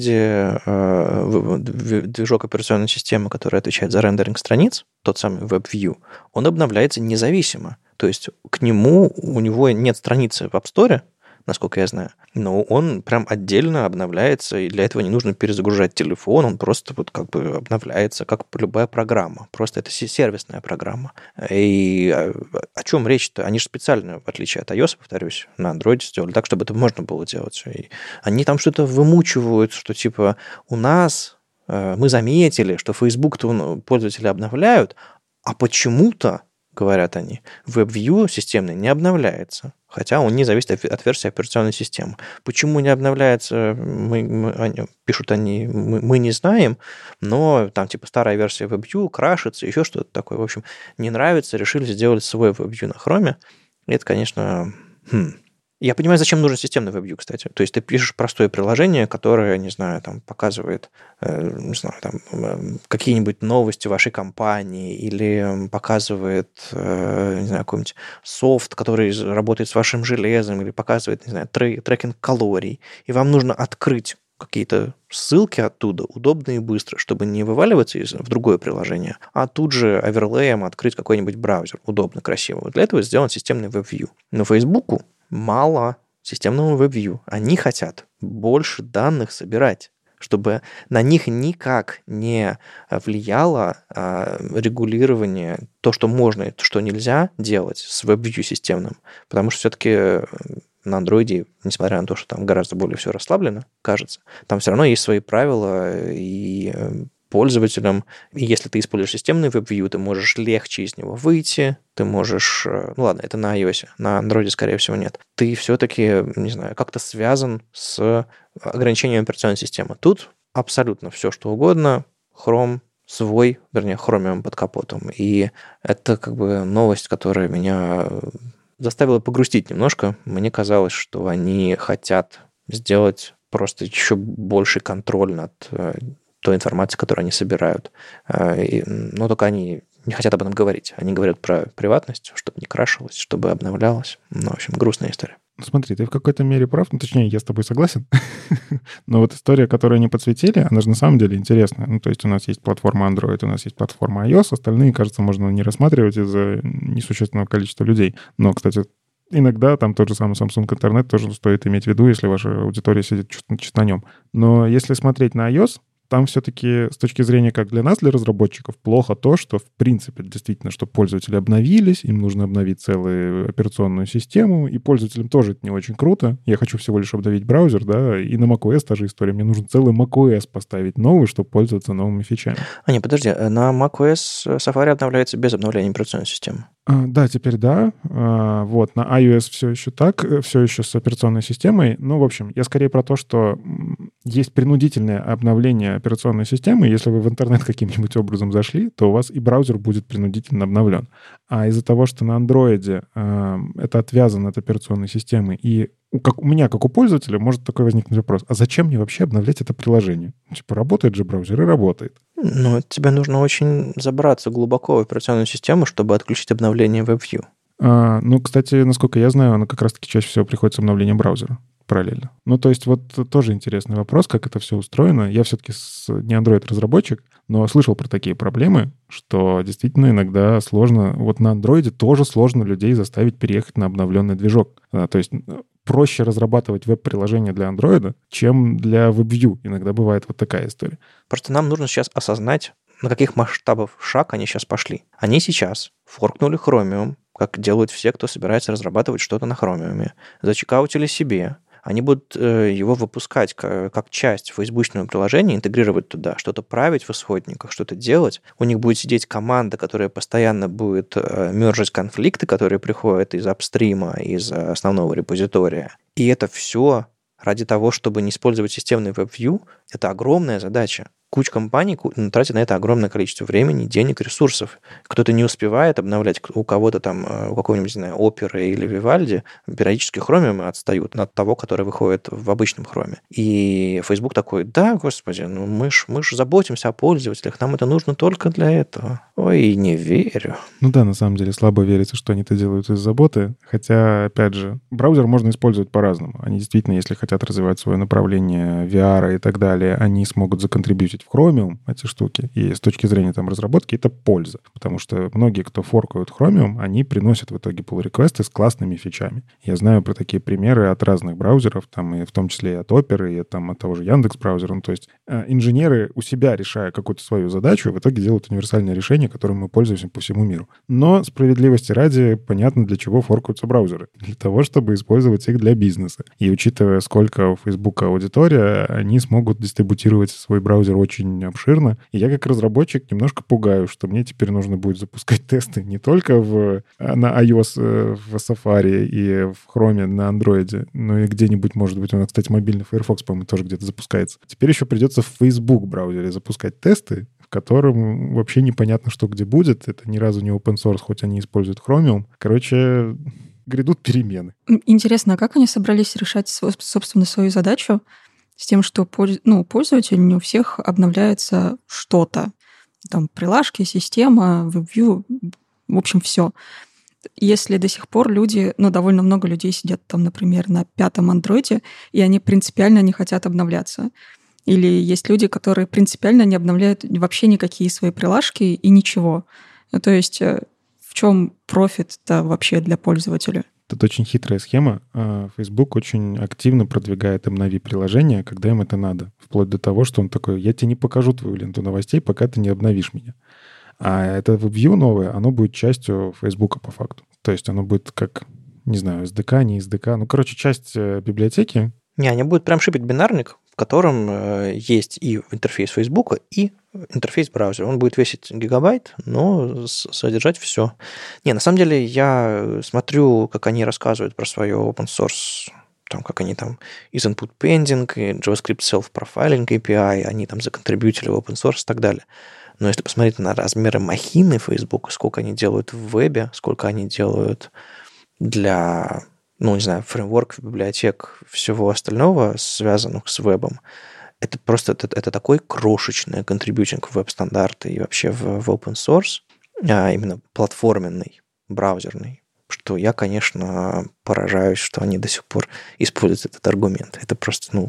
движок операционной системы, который отвечает за рендеринг страниц, тот самый WebView, он обновляется независимо. То есть у него нет страницы в App Store, насколько я знаю, но он прям отдельно обновляется, и для этого не нужно перезагружать телефон, он просто обновляется, как любая программа. Просто это сервисная программа. И о чем речь-то? Они же специально, в отличие от iOS, повторюсь, на Android сделали так, чтобы это можно было делать. И они там что-то вымучивают, что типа у нас мы заметили, что Facebook-то пользователи обновляют, а почему-то, говорят они, WebView системный не обновляется, хотя он не зависит от версии операционной системы. Почему не обновляется, пишут они, мы не знаем, но там типа старая версия WebView крашится, еще что-то такое. В общем, не нравится, решили сделать свой WebView на Chrome. И это, конечно... Я понимаю, зачем нужен системный WebView, кстати. То есть ты пишешь простое приложение, которое, не знаю, там показывает, не знаю, там какие-нибудь новости вашей компании или показывает, не знаю, какой-нибудь софт, который работает с вашим железом, или показывает, не знаю, трекинг калорий. И вам нужно открыть какие-то ссылки оттуда, удобно и быстро, чтобы не вываливаться в другое приложение, а тут же оверлеем открыть какой-нибудь браузер. Удобно, красиво. Вот для этого сделан системный WebView. Но Фейсбуку мало системного WebView. Они хотят больше данных собирать, чтобы на них никак не влияло регулирование, то, что можно и то, что нельзя делать с WebView системным. Потому что все-таки на Android, несмотря на то, что там гораздо более все расслаблено, кажется, там все равно есть свои правила, и пользователям, и если ты используешь системный WebView, ты можешь легче из него выйти, ты можешь... Ну ладно, это на iOS, на Android, скорее всего, нет. Ты все-таки, не знаю, как-то связан с ограничением операционной системы. Тут абсолютно все, что угодно. Chrome свой, вернее, Chromium под капотом. И это как бы новость, которая меня заставила погрустить немножко. Мне казалось, что они хотят сделать просто еще больший контроль над той информацией, которую они собирают. Но только они не хотят об этом говорить. Они говорят про приватность, чтобы не крашилось, чтобы обновлялось. Ну, в общем, грустная история.
Смотри, ты в какой-то мере прав, точнее, я с тобой согласен. Но вот история, которую они подсветили, она же на самом деле интересная. То есть у нас есть платформа Android, у нас есть платформа iOS, остальные, кажется, можно не рассматривать из-за несущественного количества людей. Но, кстати, иногда там тот же самый Samsung Internet тоже стоит иметь в виду, если ваша аудитория сидит чуть на нем. Но если смотреть на iOS, там все-таки с точки зрения как для нас, для разработчиков, плохо то, что в принципе действительно, чтобы пользователи обновились, им нужно обновить целую операционную систему, и пользователям тоже это не очень круто. Я хочу всего лишь обновить браузер, да, и на macOS та же история. Мне нужно целый macOS поставить новый, чтобы пользоваться новыми фичами.
Не, подожди, на macOS Safari обновляется без обновления операционной системы.
Да, теперь да. Вот, на iOS все еще так, все еще с операционной системой. Ну, в общем, я скорее про то, что есть принудительное обновление операционной системы. Если вы в интернет каким-нибудь образом зашли, то у вас и браузер будет принудительно обновлен. А из-за того, что на Android это отвязано от операционной системы, и у меня, как у пользователя, может такой возникнуть вопрос, а зачем мне вообще обновлять это приложение? Типа, работает же браузер и работает.
Ну, тебе нужно очень забраться глубоко в операционную систему, чтобы отключить обновление WebView.
Ну, кстати, насколько я знаю, оно как раз-таки чаще всего приходит с обновлением браузера параллельно. Ну, то есть вот тоже интересный вопрос, как это все устроено. Я все-таки не Android-разработчик, но слышал про такие проблемы, что действительно иногда сложно... Вот на Android тоже сложно людей заставить переехать на обновленный движок. То есть проще разрабатывать веб-приложение для Android, чем для WebView. Иногда бывает вот такая история.
Просто нам нужно сейчас осознать, на каких масштабах шаг они сейчас пошли. Они сейчас форкнули Chromium, как делают все, кто собирается разрабатывать что-то на Chromium, зачекаутили себе. Они будут его выпускать как часть фейсбучного приложения, интегрировать туда, что-то править в исходниках, что-то делать. У них будет сидеть команда, которая постоянно будет мержить конфликты, которые приходят из апстрима, из основного репозитория. И это все ради того, чтобы не использовать системный WebView, это огромная задача. Куча компаний тратит на это огромное количество времени, денег, ресурсов. Кто-то не успевает обновлять, у кого-то там, у какого-нибудь, не знаю, Оперы или Вивальди, периодически Chromium отстают от того, который выходит в обычном Chrome. И Facebook такой, да, господи, ну мы ж заботимся о пользователях, нам это нужно только для этого. Ой, не верю.
Ну да, на самом деле слабо верится, что они это делают из заботы. Хотя, опять же, браузер можно использовать по-разному. Они действительно, если хотят развивать свое направление VR и так далее, они смогут законтрибьютить в Chromium эти штуки. И с точки зрения там разработки это польза. Потому что многие, кто форкают Chromium, они приносят в итоге pull-реквесты с классными фичами. Я знаю про такие примеры от разных браузеров, там и в том числе и от Оперы, и там от того же Яндекс.Браузера. Ну, то есть инженеры у себя, решая какую-то свою задачу, в итоге делают универсальное решение, которым мы пользуемся по всему миру. Но справедливости ради, понятно, для чего форкаются браузеры. Для того, чтобы использовать их для бизнеса. И учитывая, сколько у Facebook аудитория, они смогут дистрибутировать свой браузер очень обширно. И я как разработчик немножко пугаю, что мне теперь нужно будет запускать тесты не только на iOS в Safari и в Chrome на Android, но и где-нибудь, может быть, у нас, кстати, мобильный Firefox, по-моему, тоже где-то запускается. Теперь еще придется в Facebook браузере запускать тесты, в котором вообще непонятно, что где будет. Это ни разу не open source, хоть они используют Chromium. Короче, грядут перемены.
Интересно, а как они собрались решать, собственно, свою задачу с тем, что пользователь не у всех обновляется что-то? Там прилажки, система, WebView, в общем, все. Если до сих пор люди, довольно много людей сидят там, например, на 5-м андроиде, и они принципиально не хотят обновляться. Или есть люди, которые принципиально не обновляют вообще никакие свои прилажки и ничего. То есть в чем профит-то вообще для пользователя?
Это очень хитрая схема. Facebook очень активно продвигает обнови-приложение, когда им это надо. Вплоть до того, что он такой, я тебе не покажу твою ленту новостей, пока ты не обновишь меня. А это WebView новое, оно будет частью Facebook по факту. То есть оно будет как, не знаю, SDK, не SDK. Часть библиотеки.
Не, они будут прям шипить бинарник, в котором есть и интерфейс Facebook, и интерфейс браузера. Он будет весить гигабайт, но содержать все. Не, на самом деле я смотрю, как они рассказывают про свое open source, там, как они там из input pending, и JavaScript self-profiling API, они там законтрибьютили в open source и так далее. Но если посмотреть на размеры махины Facebook, сколько они делают в вебе, сколько они делают для... фреймворк, библиотек, всего остального, связанных с вебом, это просто это такой крошечный контрибьютинг в веб-стандарты и вообще в open source, именно платформенный, браузерный, что я, конечно, поражаюсь, что они до сих пор используют этот аргумент. Это просто,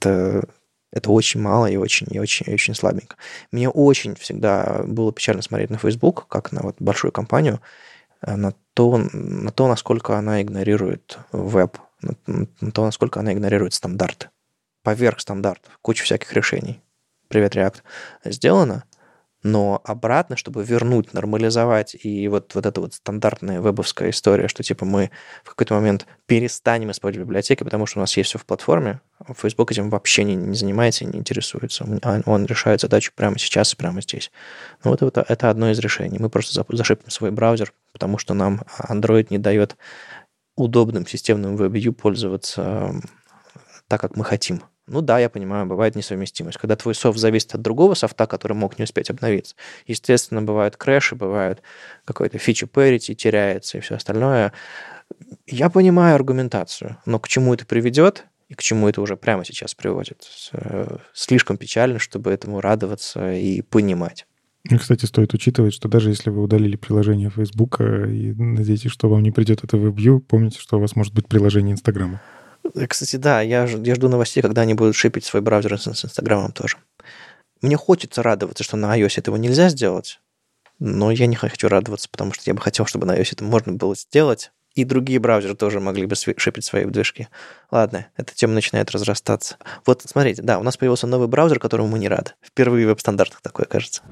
это очень мало и очень слабенько. Мне очень всегда было печально смотреть на Facebook, как на большую компанию, на то, насколько она игнорирует веб, на то, насколько она игнорирует стандарты. Поверх стандартов, куча всяких решений. Привет, React. Сделано, но обратно, чтобы вернуть, нормализовать, и вот эта стандартная вебовская история, что типа мы в какой-то момент перестанем использовать библиотеки, потому что у нас есть все в платформе, Facebook этим вообще не занимается и не интересуется. Он решает задачу прямо сейчас и прямо здесь. Это одно из решений. Мы просто зашипим свой браузер, потому что нам Android не дает удобным системным WebView пользоваться так, как мы хотим. Я понимаю, бывает несовместимость. Когда твой софт зависит от другого софта, который мог не успеть обновиться. Естественно, бывают крэши, бывают какой-то feature parity, теряется и все остальное. Я понимаю аргументацию, но к чему это приведет и к чему это уже прямо сейчас приводит, слишком печально, чтобы этому радоваться и понимать.
И, кстати, стоит учитывать, что даже если вы удалили приложение Facebook и надеетесь, что вам не придет это WebView, помните, что у вас может быть приложение Инстаграма.
Кстати, да, я жду новостей, когда они будут шипить свой браузер с Инстаграмом тоже. Мне хочется радоваться, что на iOS этого нельзя сделать, но я не хочу радоваться, потому что я бы хотел, чтобы на iOS это можно было сделать, и другие браузеры тоже могли бы шипить свои движки. Ладно, эта тема начинает разрастаться. Вот, смотрите, да, у нас появился новый браузер, которому мы не рады. Впервые в веб-стандартах такое, кажется.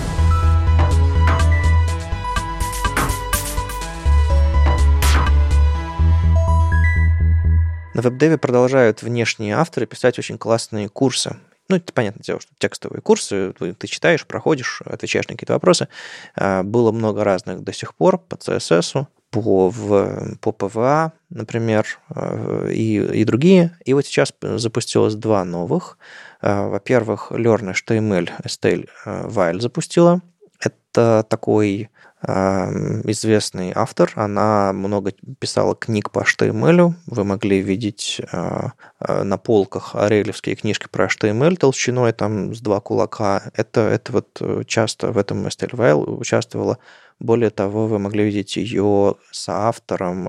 На веб-деве продолжают внешние авторы писать очень классные курсы. Ну, это понятное дело, что текстовые курсы, ты читаешь, проходишь, отвечаешь на какие-то вопросы. Было много разных до сих пор по CSS, по PWA, например, и другие. И вот сейчас запустилось 2 новых. Во-первых, Learn.html, Estelle Weil запустила. Это такой известный автор. Она много писала книг по HTML. Вы могли видеть на полках орелевские книжки про HTML толщиной там с 2 кулака. Это вот часто в этом Estelle Weil участвовала. Более того, вы могли видеть ее соавтором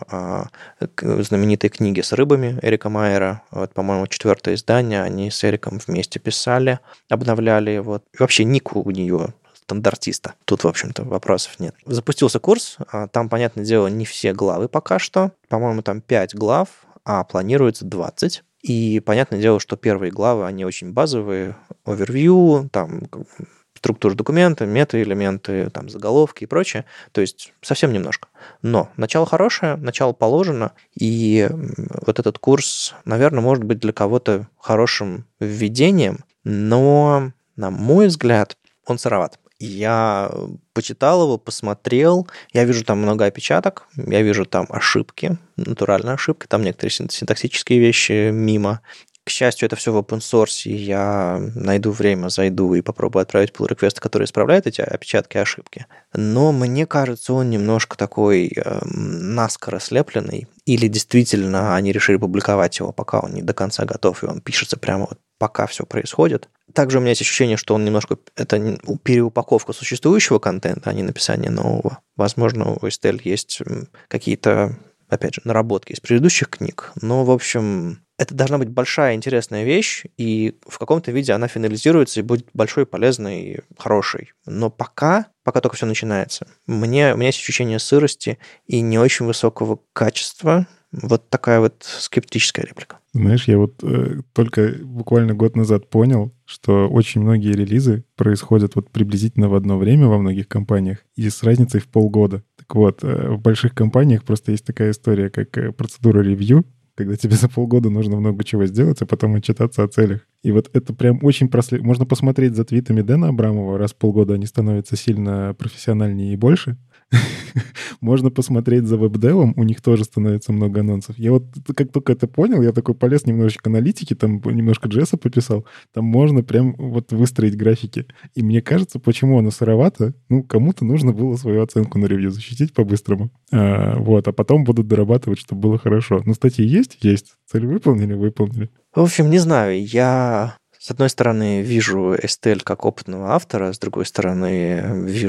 знаменитой книги с рыбами Эрика Майера. Вот, по-моему, 4-е издание. Они с Эриком вместе писали, обновляли его. И вообще ник у нее стандартиста. Тут, в общем-то, вопросов нет. Запустился курс. Там, понятное дело, не все главы пока что. По-моему, там 5 глав, а планируется 20. И понятное дело, что первые главы, они очень базовые. Овервью, там структура документа, мета-элементы, там заголовки и прочее. То есть совсем немножко. Но начало хорошее, начало положено. И вот этот курс, наверное, может быть для кого-то хорошим введением. Но, на мой взгляд, он сыроват. Я почитал его, посмотрел, я вижу там много опечаток, я вижу там ошибки, натуральные ошибки, там некоторые синтаксические вещи мимо. К счастью, это все в open source, и я найду время, зайду и попробую отправить pull request, который исправляет эти опечатки и ошибки. Но мне кажется, он немножко такой наскоро слепленный, или действительно они решили публиковать его, пока он не до конца готов, и он пишется прямо вот пока все происходит. Также у меня есть ощущение, что он немножко... Это переупаковка существующего контента, а не написание нового. Возможно, у Estelle есть какие-то, опять же, наработки из предыдущих книг. Но, в общем, это должна быть большая интересная вещь, и в каком-то виде она финализируется и будет большой, полезной, хорошей. Но пока только все начинается, у меня есть ощущение сырости и не очень высокого качества. Вот такая вот скептическая реплика.
Знаешь, я вот только буквально год назад понял, что очень многие релизы происходят вот приблизительно в одно время во многих компаниях и с разницей в полгода. Так вот, в больших компаниях просто есть такая история, как процедура ревью, когда тебе за полгода нужно много чего сделать, а потом отчитаться о целях. И вот это прям очень Можно посмотреть за твитами Дэна Абрамова, раз в полгода они становятся сильно профессиональнее и больше. Можно посмотреть за веб-девом, у них тоже становится много анонсов. Я вот как только это понял, я такой полез немножечко аналитики, там немножко JS пописал, там можно прям вот выстроить графики. И мне кажется, почему оно сыровато, кому-то нужно было свою оценку на ревью защитить по-быстрому. А потом будут дорабатывать, чтобы было хорошо. Статьи есть? Есть. Цель выполнили.
В общем, не знаю, я... С одной стороны, вижу Estelle как опытного автора, с другой стороны,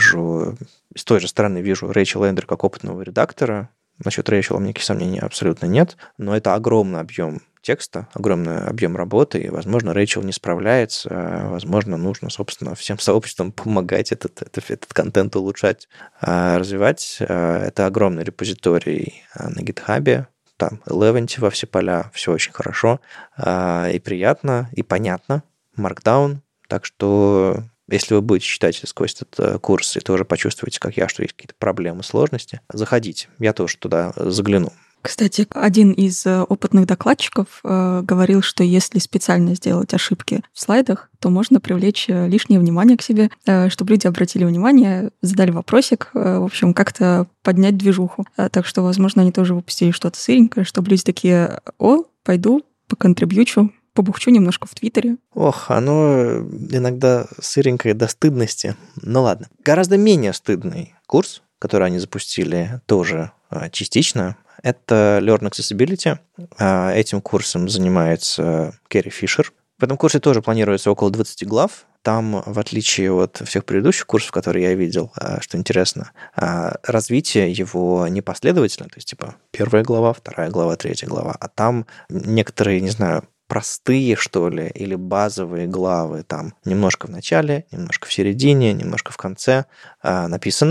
с той же стороны вижу Рэйчел Эндер как опытного редактора. Насчет Рэйчел у меня никаких сомнений абсолютно нет, но это огромный объем текста, огромный объем работы, и, возможно, Рэйчел не справляется, возможно, нужно, собственно, всем сообществам помогать этот контент улучшать, развивать. Это огромный репозиторий на GitHub, там Eleventy во все поля, все очень хорошо и приятно, и понятно. Markdown. Так что, если вы будете читать сквозь этот курс и тоже почувствуете, как я, что есть какие-то проблемы, сложности, заходите. Я тоже туда загляну.
Кстати, один из опытных докладчиков говорил, что если специально сделать ошибки в слайдах, то можно привлечь лишнее внимание к себе, чтобы люди обратили внимание, задали вопросик, в общем, как-то поднять движуху. Так что, возможно, они тоже выпустили что-то сыренькое, чтобы люди такие: «О, пойду, поконтрибьючу, побухчу немножко в Твиттере».
Ох, оно иногда сыренькое до стыдности. Ну ладно. Гораздо менее стыдный курс, который они запустили тоже частично, это Learn Accessibility. Этим курсом занимается Керри Фишер. В этом курсе тоже планируется около 20 глав. Там, в отличие от всех предыдущих курсов, которые я видел, что интересно, развитие его не последовательно, то есть типа 1 глава, 2 глава, 3 глава, а там некоторые, не знаю, простые, что ли, или базовые главы там немножко в начале, немножко в середине, немножко в конце написаны.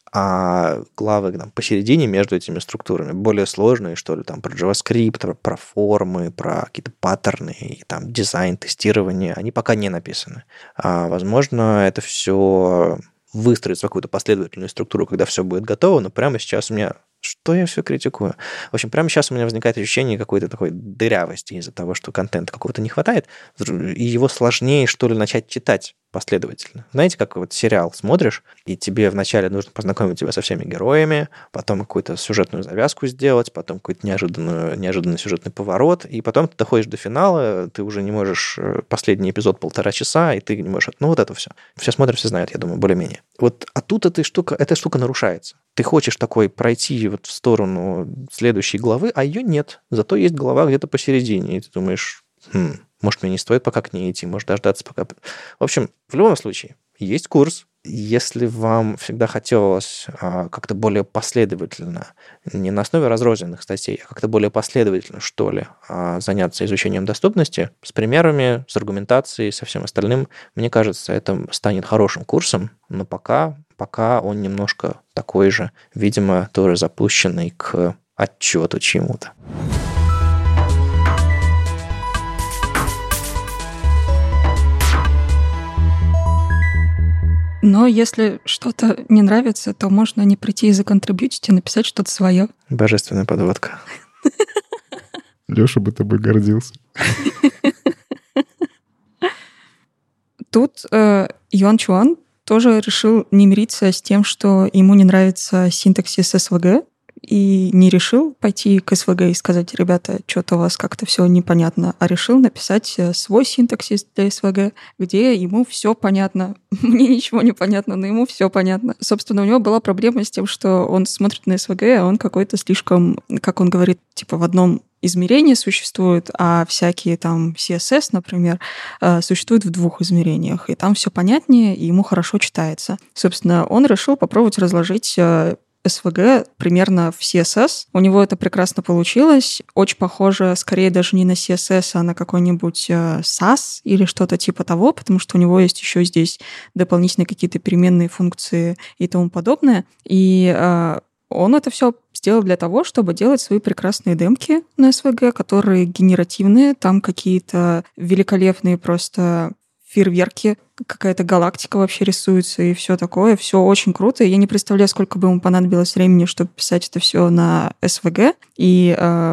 а главы там посередине между этими структурами более сложные, что ли, там про JavaScript, про формы, про какие-то паттерны, и там дизайн, тестирование, они пока не написаны. Возможно, это все выстроится в какую-то последовательную структуру, когда все будет готово, но прямо сейчас у меня... Что я все критикую? В общем, прямо сейчас у меня возникает ощущение какой-то такой дырявости из-за того, что контента какого-то не хватает, и его сложнее, что ли, начать читать последовательно. Знаете, как вот сериал смотришь, и тебе вначале нужно познакомить тебя со всеми героями, потом какую-то сюжетную завязку сделать, потом какой-то неожиданный сюжетный поворот, и потом ты доходишь до финала, ты уже не можешь последний эпизод 1,5 часа, и ты не можешь... Ну, вот это все. Все смотрят, все знают, я думаю, более-менее. Вот, а тут эта штука нарушается. Ты хочешь такой пройти вот в сторону следующей главы, а ее нет. Зато есть глава где-то посередине, и ты думаешь, может, мне не стоит пока к ней идти, может, дождаться пока... В общем, в любом случае, есть курс. Если вам всегда хотелось как-то более последовательно, не на основе разрозненных статей, а как-то более последовательно, что ли, заняться изучением доступности, с примерами, с аргументацией, со всем остальным, мне кажется, это станет хорошим курсом, но пока он немножко такой же, видимо, тоже запущенный к отчету чему-то.
Но если что-то не нравится, то можно не прийти и законтрибьютить, и написать что-то свое.
Божественная подводка.
Леша бы тобой гордился.
Тут Юан Чуан тоже решил не мириться с тем, что ему не нравится синтаксис SVG, и не решил пойти к SVG и сказать, ребята, что-то у вас как-то все непонятно, а решил написать свой синтаксис для SVG, где ему все понятно. Мне ничего не понятно, но ему все понятно. Собственно, у него была проблема с тем, что он смотрит на SVG, а он какой-то слишком, как он говорит, типа в одном измерении существует, а всякие там CSS, например, существуют в 2 измерениях, и там все понятнее, и ему хорошо читается. Собственно, он решил попробовать разложить SVG примерно в CSS. У него это прекрасно получилось. Очень похоже, скорее даже не на CSS, а на какой-нибудь SAS или что-то типа того, потому что у него есть еще здесь дополнительные какие-то переменные функции и тому подобное. И он это все сделал для того, чтобы делать свои прекрасные демки на SVG, которые генеративные, там какие-то великолепные просто фейерверки, какая-то галактика вообще рисуется и все такое. Все очень круто. Я не представляю, сколько бы ему понадобилось времени, чтобы писать это все на SVG и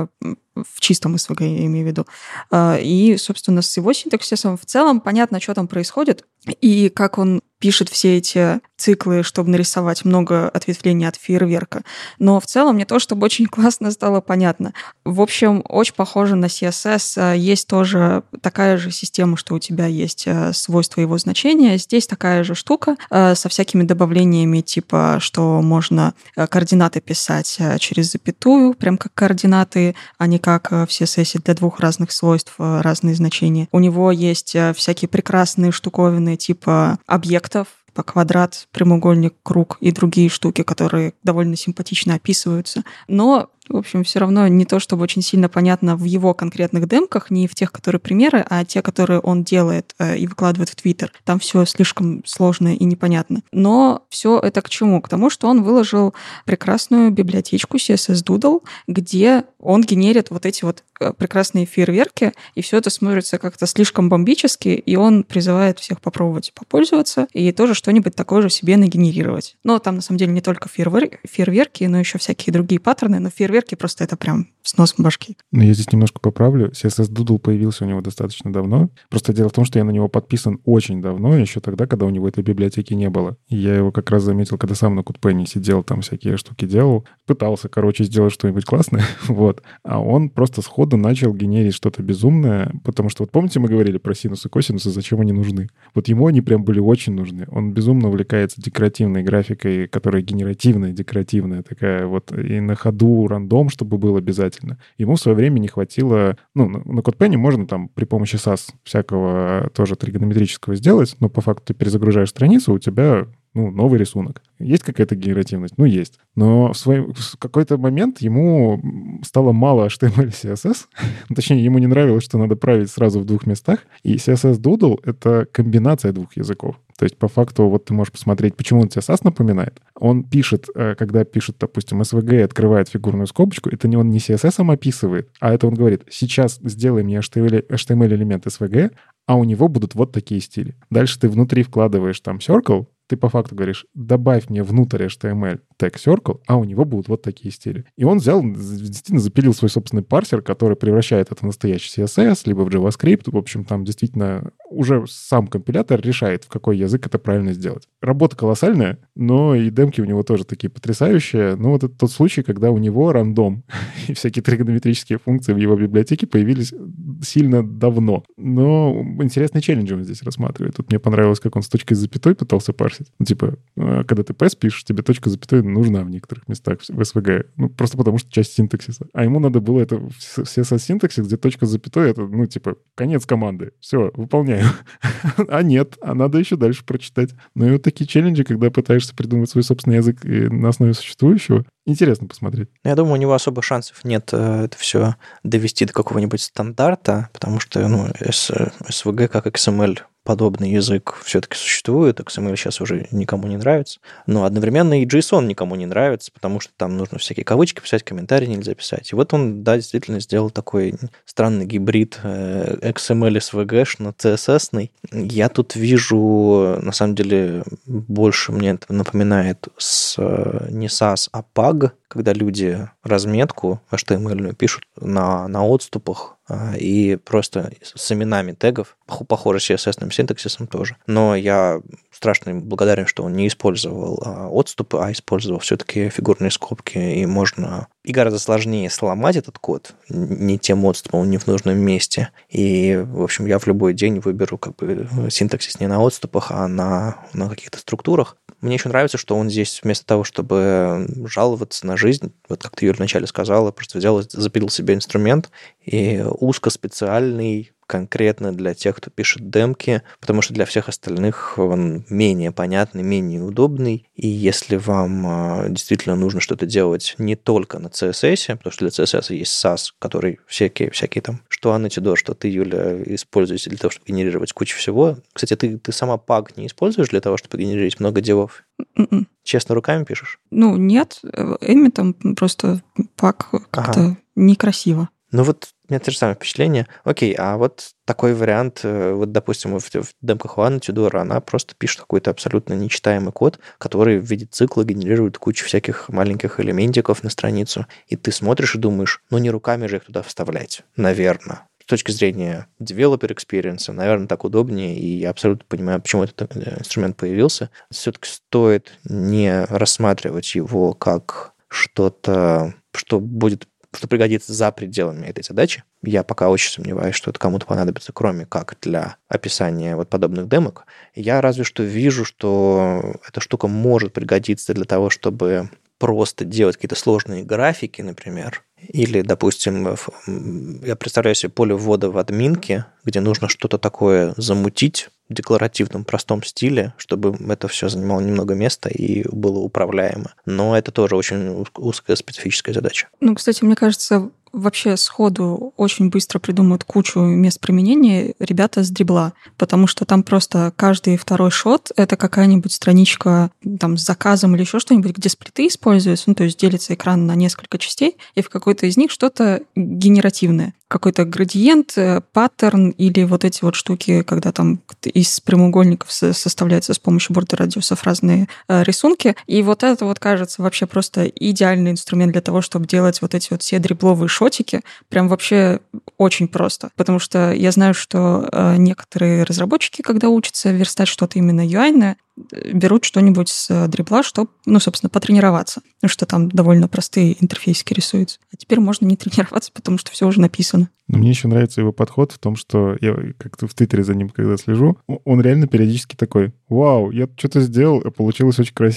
в чистом SVG, я имею в виду. И, собственно, с его синтаксисом в целом понятно, что там происходит и как он пишет все эти циклы, чтобы нарисовать много ответвлений от фейерверка. Но в целом не то, чтобы очень классно стало понятно. В общем, очень похоже на CSS. Есть тоже такая же система, что у тебя есть свойства его значения. Здесь такая же штука со всякими добавлениями, типа, что можно координаты писать через запятую, прям как координаты, а не как в CSS для 2 разных свойств разные значения. У него есть всякие прекрасные штуковины типа объектов, по квадрат, прямоугольник, круг и другие штуки, которые довольно симпатично описываются. Но, в общем, все равно не то, чтобы очень сильно понятно в его конкретных демках, не в тех, которые примеры, а те, которые он делает и выкладывает в Твиттер. Там все слишком сложно и непонятно. Но все это к чему? К тому, что он выложил прекрасную библиотечку CSS Doodle, где он генерит вот эти вот прекрасные фейерверки, и все это смотрится как-то слишком бомбически, и он призывает всех попробовать попользоваться и тоже что-нибудь такое же себе нагенерировать. Но там, на самом деле, не только фейерверки, но еще всякие другие паттерны, но фейерверки просто это прям снос башки.
Но я здесь немножко поправлю. CSS Doodle появился у него достаточно давно. Просто дело в том, что я на него подписан очень давно, еще тогда, когда у него этой библиотеки не было. И я его как раз заметил, когда сам на CodePenny сидел, там всякие штуки делал. Пытался, сделать что-нибудь классное, вот. А он просто сходу начал генерить что-то безумное, потому что, вот помните, мы говорили про синусы, косинусы, зачем они нужны? Вот ему они прям были очень нужны. Он безумно увлекается декоративной графикой, которая генеративная, декоративная такая вот, и на ходу рандом, чтобы был обязательно. Ему в свое время не хватило... Ну, на CodePenny можно там при помощи SAS всякого тоже тригонометрического сделать, но по факту ты перезагружаешь страницу, у тебя новый рисунок. Есть какая-то генеративность? Есть. Но в какой-то момент ему стало мало HTML и CSS. Точнее, ему не нравилось, что надо править сразу в двух местах. И CSS Doodle — это комбинация двух языков. То есть, по факту, вот ты можешь посмотреть, почему он CSS напоминает. Он пишет, когда пишет, допустим, SVG и открывает фигурную скобочку, это он не CSS описывает, а это он говорит, сейчас сделай мне HTML-элемент SVG, а у него будут вот такие стили. Дальше ты внутри вкладываешь там circle, ты по факту говоришь, добавь мне внутрь HTML тег circle, а у него будут вот такие стили. И он взял, действительно запилил свой собственный парсер, который превращает это в настоящий CSS, либо в JavaScript. В общем, там действительно уже сам компилятор решает, в какой язык это правильно сделать. Работа колоссальная, но и демки у него тоже такие потрясающие. Но вот это тот случай, когда у него рандом и всякие тригонометрические функции в его библиотеке появились сильно давно. Но интересный челлендж он здесь рассматривает. Тут мне понравилось, как он с точкой с запятой пытался парсить. Когда ты PS пишешь, тебе точка с запятой нужна в некоторых местах в SVG. Просто потому что часть синтаксиса. А ему надо было это CSS-синтаксис, где точка с запятой — это, конец команды. Все, выполняю. А нет, надо еще дальше прочитать. И вот такие челленджи, когда пытаешься придумать свой собственный язык на основе существующего, интересно посмотреть.
Я думаю, у него особо шансов нет это все довести до какого-нибудь стандарта, потому что SVG как XML подобный язык все-таки существует, XML сейчас уже никому не нравится, но одновременно и JSON никому не нравится, потому что там нужно всякие кавычки писать, комментарии нельзя писать. И вот он, да, действительно сделал такой странный гибрид XML SVG CSS-ный. Я тут вижу, на самом деле, больше мне это напоминает не SAS, а PAG, когда люди разметку HTML пишут на отступах и просто с именами тегов, похоже с CSS-ным синтаксисом тоже. Но я страшно благодарен, что он не использовал отступы, а использовал все-таки фигурные скобки, и можно и гораздо сложнее сломать этот код не тем отступом, не в нужном месте. И, в общем, я в любой день выберу синтаксис не на отступах, а на каких-то структурах. Мне еще нравится, что он здесь вместо того, чтобы жаловаться на жизнь, вот как ты, Юля, вначале сказала, просто взял и запилил себе инструмент и узкоспециальный, конкретно для тех, кто пишет демки, потому что для всех остальных он менее понятный, менее удобный. И если вам действительно нужно что-то делать не только на CSS, потому что для CSS есть SAS, который всякие там, что Annotator, что ты, Юля, используете для того, чтобы генерировать кучу всего. Кстати, ты сама PAG не используешь для того, чтобы генерировать много дивов? Честно, руками пишешь?
Нет. Эми там просто PAG как-то некрасиво.
У меня те же самые впечатления. Окей, а вот такой вариант, допустим, в демках у Анны Тюдора, она просто пишет какой-то абсолютно нечитаемый код, который в виде цикла генерирует кучу всяких маленьких элементиков на страницу, и ты смотришь и думаешь, не руками же их туда вставлять, наверное. С точки зрения developer experience, наверное, так удобнее, и я абсолютно понимаю, почему этот инструмент появился. Все-таки стоит не рассматривать его как что-то, что пригодится за пределами этой задачи. Я пока очень сомневаюсь, что это кому-то понадобится, кроме как для описания подобных демок. Я разве что вижу, что эта штука может пригодиться для того, чтобы просто делать какие-то сложные графики, например. Или, допустим, я представляю себе поле ввода в админке, где нужно что-то такое замутить в декларативном простом стиле, чтобы это все занимало немного места и было управляемо. Но это тоже очень узкая специфическая задача.
Кстати, мне кажется, вообще сходу очень быстро придумают кучу мест применения ребята с дрибла, потому что там просто каждый второй шот — это какая-нибудь страничка там с заказом или еще что-нибудь, где сплиты используются, то есть делится экран на несколько частей, и в какой-то из них что-то генеративное. Какой-то градиент, паттерн или вот эти вот штуки, когда там из прямоугольников составляются с помощью бордер-радиусов разные рисунки. И вот это вот кажется вообще просто идеальный инструмент для того, чтобы делать вот эти вот все дрибловые шотики. Прям вообще очень просто. Потому что я знаю, что некоторые разработчики, когда учатся верстать что-то именно UI-ное, берут что-нибудь с дрибла, чтобы, собственно, потренироваться. Потому что там довольно простые интерфейсики рисуются. А теперь можно не тренироваться, потому что все уже написано.
Но мне еще нравится его подход в том, что я как-то в Твиттере за ним, когда слежу, он реально периодически такой: «Вау, я что-то сделал, и получилось очень красиво».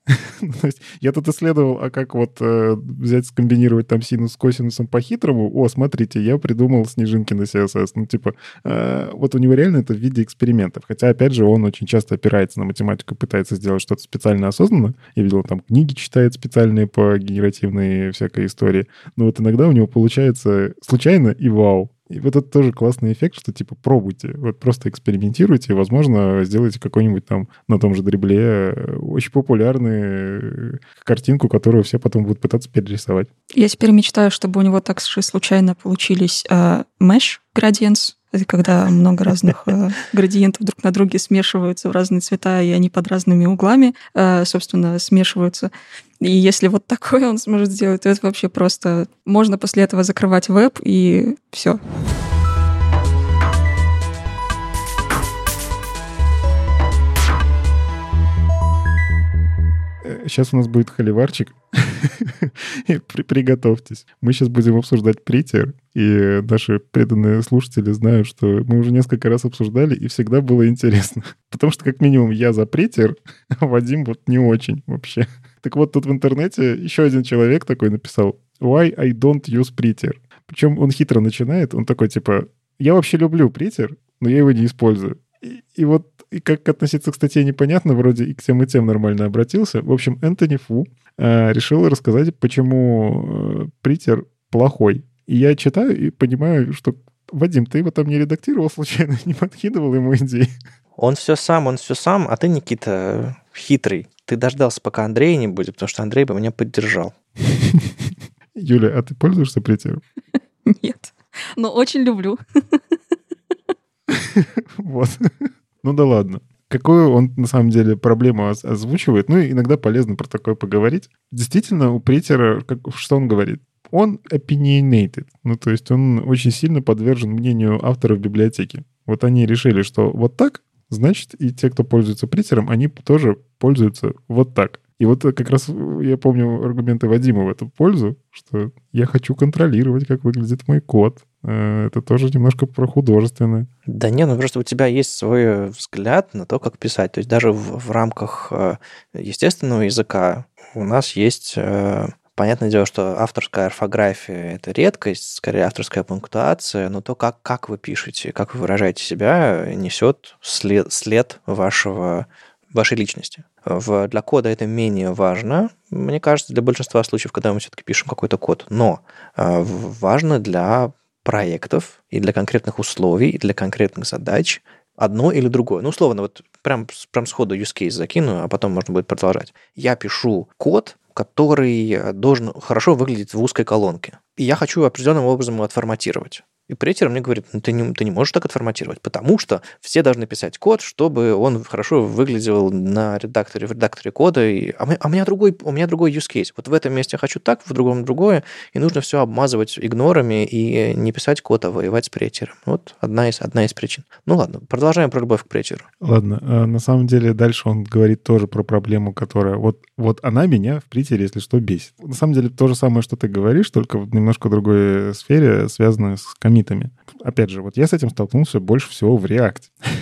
То есть я тут исследовал, а как вот взять, скомбинировать там синус с косинусом по-хитрому. О, смотрите, я придумал снежинки на CSS. Ну, типа, вот у него реально это в виде экспериментов. Хотя, опять же, он очень часто опирается на математику, пытается сделать что-то специально осознанно. Я видел, там книги читает специальные по генеративной всякой истории. Но вот иногда у него получается случайно и вау. И вот это тоже классный эффект, что типа пробуйте, вот просто экспериментируйте, и, возможно, сделайте какой-нибудь там на том же дрибле очень популярную картинку, которую все потом будут пытаться перерисовать.
Я теперь мечтаю, чтобы у него так же случайно получились mesh gradients. Это когда много разных градиентов друг на друге смешиваются в разные цвета, и они под разными углами, собственно, смешиваются. И если вот такое он сможет сделать, то это вообще просто... Можно после этого закрывать веб, и все.
Сейчас у нас будет холиварчик. Приготовьтесь. Мы сейчас будем обсуждать Prettier, и наши преданные слушатели знают, что мы уже несколько раз обсуждали, и всегда было интересно. Потому что, как минимум, я за Prettier, а Вадим вот не очень вообще. Так вот, тут в интернете еще один человек такой написал «Why I don't use Prettier?». Причем он хитро начинает, он такой типа «Я вообще люблю Prettier, но я его не использую». И вот и как относиться к статье непонятно, вроде и к тем нормально обратился. В общем, Энтони Фу решил рассказать, почему Prettier плохой. И я читаю и понимаю, что, Вадим, ты его там не редактировал случайно, не подкидывал ему идеи?
Он все сам, а ты, Никита, хитрый. Ты дождался, пока Андрея не будет, потому что Андрей бы меня поддержал.
Юля, а ты пользуешься Prettier?
Нет, но очень люблю.
Вот. Ну да ладно. Какую он, на самом деле, проблему озвучивает? Ну, иногда полезно про такое поговорить. Действительно, у Prettier, что он говорит? Он opinionated. Ну, то есть он очень сильно подвержен мнению авторов библиотеки. Вот они решили, что вот так, значит, и те, кто пользуется Prettier, они тоже пользуются вот так. И вот как раз я помню аргументы Вадима в эту пользу, что я хочу контролировать, как выглядит мой код. Это тоже немножко про художественное.
Да нет, ну просто у тебя есть свой взгляд на то, как писать. То есть даже в рамках естественного языка у нас есть... Понятное дело, что авторская орфография – это редкость, скорее авторская пунктуация, но то, как вы пишете, как вы выражаете себя, несет след вашей личности. Для кода это менее важно, мне кажется, для большинства случаев, когда мы все-таки пишем какой-то код, но важно для проектов и для конкретных условий, и для конкретных задач одно или другое. Ну, условно, вот прям сходу use case закину, а потом можно будет продолжать. Я пишу код, который должен хорошо выглядеть в узкой колонке. И я хочу определенным образом его отформатировать. И Prettier мне говорит, ну, ты не можешь так отформатировать, потому что все должны писать код, чтобы он хорошо выглядел в редакторе кода. У меня другой use case. Вот в этом месте я хочу так, в другом другое, и нужно все обмазывать игнорами и не писать код, а воевать с Prettier. Вот одна из причин. Ну ладно, продолжаем про любовь к Prettier.
Ладно, на самом деле дальше он говорит тоже про проблему, которая... Вот она меня в Prettier, если что, бесит. На самом деле то же самое, что ты говоришь, только в немножко другой сфере, связанной с коммитами. Опять же, вот я с этим столкнулся больше всего в React.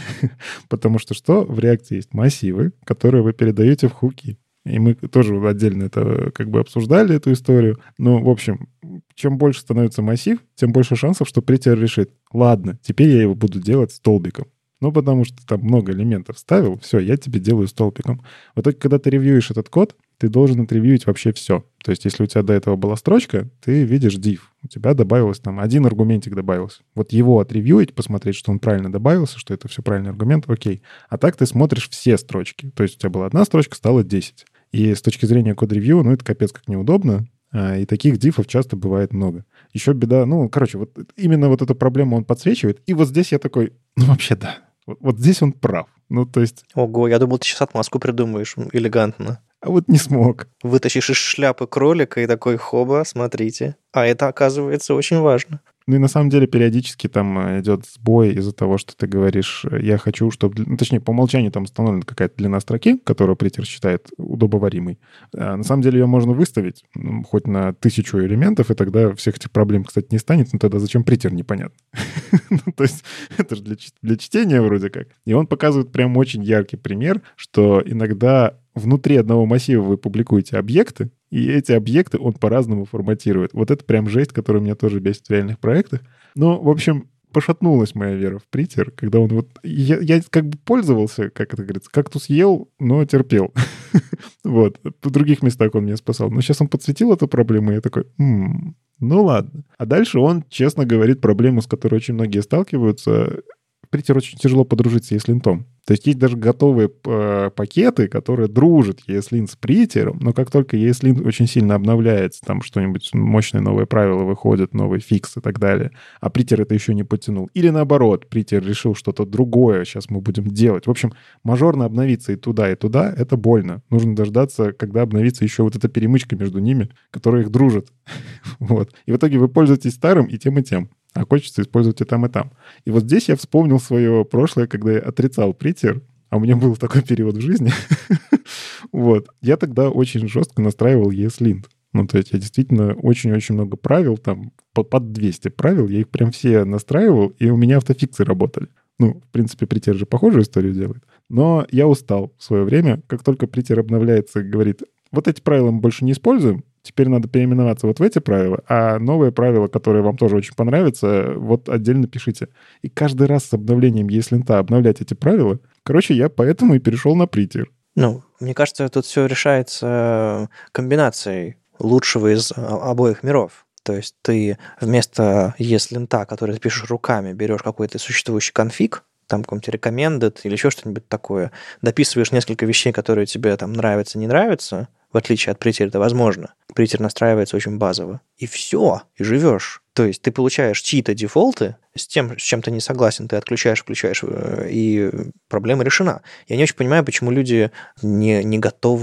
Потому что в React есть массивы, которые вы передаете в хуки. И мы тоже отдельно это как бы обсуждали, эту историю. Ну, в общем, чем больше становится массив, тем больше шансов, что Prettier решит, ладно, теперь я его буду делать столбиком. Ну, потому что там много элементов вставил, все, я тебе делаю столбиком. В итоге, когда ты ревьюешь этот код, ты должен отревьюить вообще все. То есть, если у тебя до этого была строчка, ты видишь div. У тебя добавилось там один аргументик добавился. Вот его отревьюить, посмотреть, что он правильно добавился, что это все правильный аргумент, окей. А так ты смотришь все строчки. То есть, у тебя была одна строчка, стало 10. И с точки зрения код-ревью, ну, это капец как неудобно. И таких дифов часто бывает много. Еще беда, вот именно вот эту проблему он подсвечивает. И вот здесь я такой, ну, вообще да. Вот здесь он прав. Ну, то есть...
Ого, я думал, ты сейчас отмазку придумаешь элегантно.
А вот не смог.
Вытащишь из шляпы кролика и такой, хоба, смотрите. А это, оказывается, очень важно.
Ну и на самом деле периодически там идет сбой из-за того, что ты говоришь, я хочу, чтобы... Ну, точнее, по умолчанию там установлена какая-то длина строки, которую Prettier считает удобоваримой. А на самом деле ее можно выставить хоть на 1000 элементов, и тогда всех этих проблем, кстати, не станет. Но тогда зачем Prettier, непонятно. То есть это же для чтения вроде как. И он показывает прям очень яркий пример, что иногда внутри одного массива вы публикуете объекты, и эти объекты он по-разному форматирует. Вот это прям жесть, которая меня тоже бесит в реальных проектах. Но, в общем, пошатнулась моя вера в Притер, когда он вот... Я как бы пользовался, как это говорится, кактус ел, но терпел. Вот. В других местах он меня спасал. Но сейчас он подсветил эту проблему, и я такой, ну ладно. А дальше он честно говорит проблему, с которой очень многие сталкиваются. В Притер очень тяжело подружиться с ESLint. То есть есть даже готовые пакеты, которые дружат ESLint с Притером, но как только ESLint очень сильно обновляется, там что-нибудь мощное новое правило выходит, новый фикс и так далее, а Притер это еще не подтянул. Или наоборот, Притер решил что-то другое, сейчас мы будем делать. В общем, мажорно обновиться и туда, это больно. Нужно дождаться, когда обновится еще вот эта перемычка между ними, которая их дружит. Вот. И в итоге вы пользуетесь старым и тем, и тем. А хочется использовать и там, и там. И вот здесь я вспомнил свое прошлое, когда я отрицал Притер, а у меня был такой период в жизни. Вот. Я тогда очень жестко настраивал ESLint. Ну, то есть я действительно очень-очень много правил, там под 200 правил, я их прям все настраивал, и у меня автофиксы работали. Ну, в принципе, Притер же похожую историю делает. Но я устал в свое время. Как только Притер обновляется и говорит, вот эти правила мы больше не используем, теперь надо переименоваться вот в эти правила, а новые правила, которые вам тоже очень понравятся, вот отдельно пишите. И каждый раз с обновлением ESLint обновлять эти правила. Короче, я поэтому и перешел на Притер.
Ну, мне кажется, тут все решается комбинацией лучшего из обоих миров. То есть ты вместо ESLint, который ты пишешь руками, берешь какой-то существующий конфиг, там какой-нибудь recommended или еще что-нибудь такое, дописываешь несколько вещей, которые тебе там нравятся, не нравятся, в отличие от Притер, это возможно. Притер настраивается очень базово. И все, и живешь. То есть ты получаешь чьи-то дефолты, с тем, с чем ты не согласен, ты отключаешь, включаешь, и проблема решена. Я не очень понимаю, почему люди не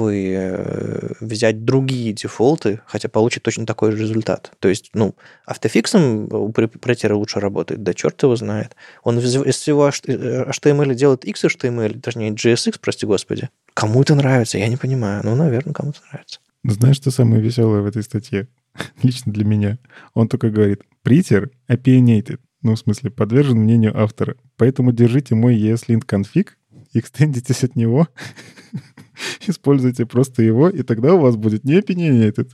готовы взять другие дефолты, хотя получат точно такой же результат. То есть, ну, автофиксом у Притера лучше работает, да черт его знает. Он из всего HTML делает XHTML, точнее JSX, прости господи. Кому это нравится, я не понимаю. Ну, наверное, кому-то нравится.
Знаешь, что самое веселое в этой статье? Лично для меня. Он только говорит, Притер opinionated, ну, в смысле, подвержен мнению автора. Поэтому держите мой ESLint конфиг, экстендитесь от него, используйте просто его, и тогда у вас будет не opinionated.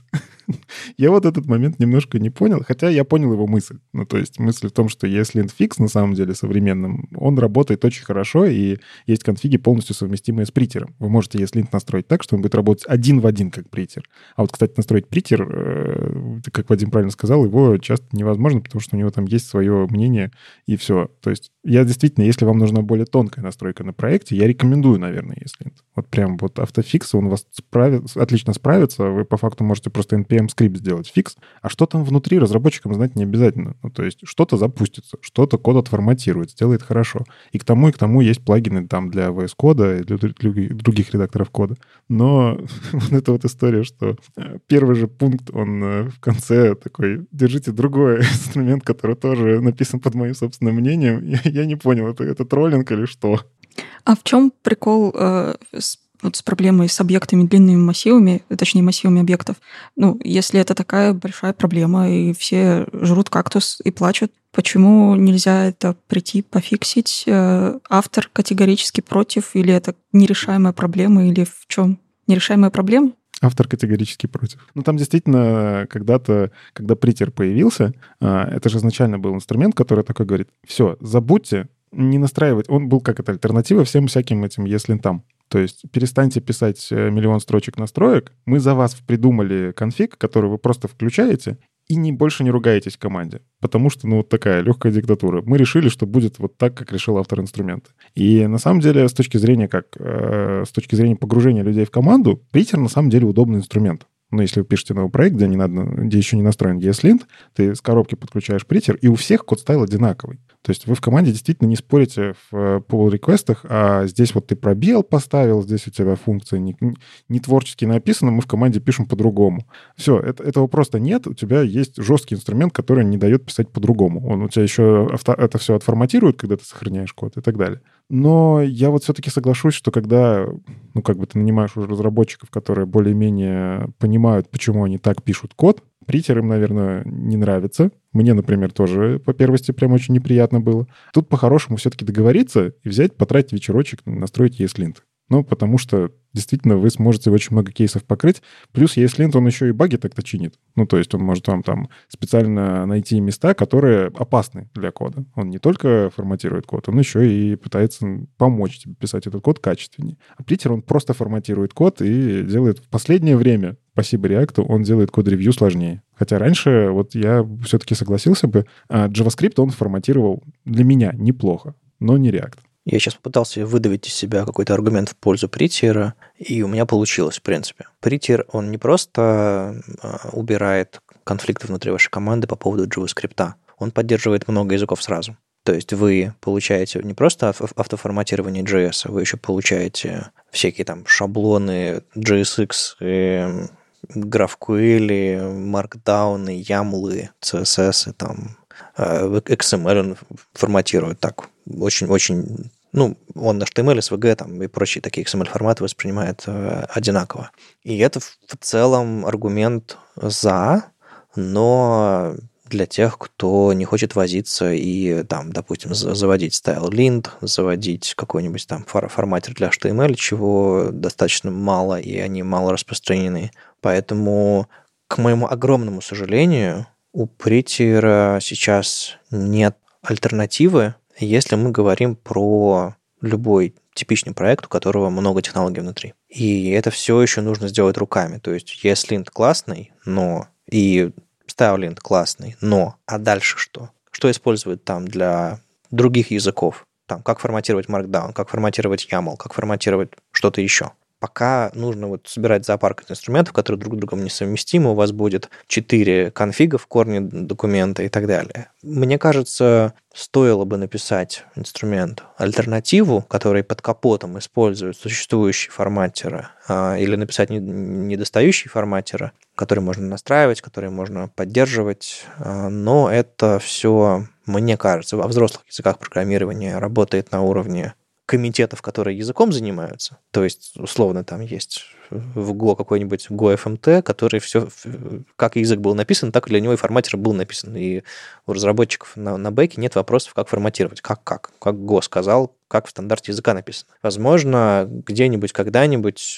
Я вот этот момент немножко не понял, хотя я понял его мысль. Ну, то есть мысль в том, что ESLint Fix на самом деле современным, он работает очень хорошо, и есть конфиги, полностью совместимые с Притером. Вы можете ESLint настроить так, что он будет работать один в один, как Притер. А вот, кстати, настроить Притер, как Вадим правильно сказал, его часто невозможно, потому что у него там есть свое мнение, и все. То есть я действительно, если вам нужна более тонкая настройка на проекте, я рекомендую, наверное, ESLint. Вот прям вот автофикс, он у вас отлично справится, вы по факту можете просто NPM-скрипт сделать фикс, а что там внутри, разработчикам знать не обязательно. Ну, то есть что-то запустится, что-то код отформатирует, сделает хорошо. И к тому есть плагины там для VS Code и для других редакторов кода. Но вот эта вот история, что первый же пункт, он в конце такой, держите другой инструмент, который тоже написан под моим собственным мнением. Я не понял, это троллинг или что?
А в чем прикол с проблемой с объектами, длинными массивами, точнее, массивами объектов? Ну, если это такая большая проблема, и все жрут кактус и плачут, почему нельзя это прийти, пофиксить? Автор категорически против, или это нерешаемая проблема, или в чем нерешаемая проблема?
Автор категорически против. Ну, там действительно когда-то, когда Притер появился, это же изначально был инструмент, который такой говорит, все, забудьте, не настраивать. Он был как это альтернатива всем всяким этим ESLint'ам. То есть перестаньте писать миллион строчек настроек, мы за вас придумали конфиг, который вы просто включаете, и больше не ругаетесь в команде. Потому что, ну, вот такая легкая диктатура. Мы решили, что будет вот так, как решил автор инструмента. И на самом деле, с точки зрения погружения людей в команду, Притер на самом деле удобный инструмент. Ну, если вы пишете новый проект, где еще не настроен ESLint, ты с коробки подключаешь Притер, и у всех код-стайл одинаковый. То есть вы в команде действительно не спорите в pull-реквестах, а здесь вот ты пробел поставил, здесь у тебя функция не творчески написана, мы в команде пишем по-другому. Все, этого просто нет, у тебя есть жесткий инструмент, который не дает писать по-другому. Он у тебя еще это все отформатирует, когда ты сохраняешь код и так далее. Но я вот все-таки соглашусь, что когда, ну, как бы ты нанимаешь уже разработчиков, которые более-менее понимают, почему они так пишут код, Притер им, наверное, не нравится. Мне, например, тоже по первости прям очень неприятно было. Тут по-хорошему все-таки договориться и взять, потратить вечерочек, настроить ESLint. Ну, потому что действительно вы сможете очень много кейсов покрыть. Плюс ESLint, он еще и баги так-то чинит. Ну, то есть он может вам там специально найти места, которые опасны для кода. Он не только форматирует код, он еще и пытается помочь тебе писать этот код качественнее. А Prettier, он просто форматирует код и делает в последнее время, спасибо React, он делает код-ревью сложнее. Хотя раньше вот я все-таки согласился бы, JavaScript он форматировал для меня неплохо, но не React.
Я сейчас попытался выдавить из себя какой-то аргумент в пользу Prettier, и у меня получилось, в принципе. Prettier, он не просто убирает конфликты внутри вашей команды по поводу JavaScript, он поддерживает много языков сразу. То есть вы получаете не просто автоформатирование JS, вы еще получаете всякие там шаблоны JSX, GraphQL, Markdown, YAML, CSS, там, XML он форматирует так очень, ну, он HTML, SVG там, и прочие такие XML-форматы воспринимает одинаково. И это в целом аргумент за, но для тех, кто не хочет возиться и, там, допустим, заводить StyleLint, заводить какой-нибудь там форматер для HTML, чего достаточно мало, и они мало распространены. Поэтому, к моему огромному сожалению, у Prettier сейчас нет альтернативы, если мы говорим про любой типичный проект, у которого много технологий внутри. И это все еще нужно сделать руками. То есть ESLint классный, но и StyleLint классный, но а дальше что? Что использовать там для других языков? Там, как форматировать Markdown, как форматировать YAML, как форматировать что-то еще. Пока нужно вот собирать зоопарк инструментов, которые друг с другом несовместимы, у вас будет 4 конфига в корне документа и так далее. Мне кажется, стоило бы написать инструмент альтернативу, который под капотом использует существующие форматеры, или написать недостающие форматеры, которые можно настраивать, которые можно поддерживать, но это все, мне кажется, во взрослых языках программирования работает на уровне комитетов, которые языком занимаются. То есть, условно, там есть в Go какой-нибудь GoFMT, который все, как язык был написан, так и для него и форматер был написан. И у разработчиков на бэке нет вопросов, как форматировать. Как Go сказал, как в стандарте языка написано. Возможно, где-нибудь, когда-нибудь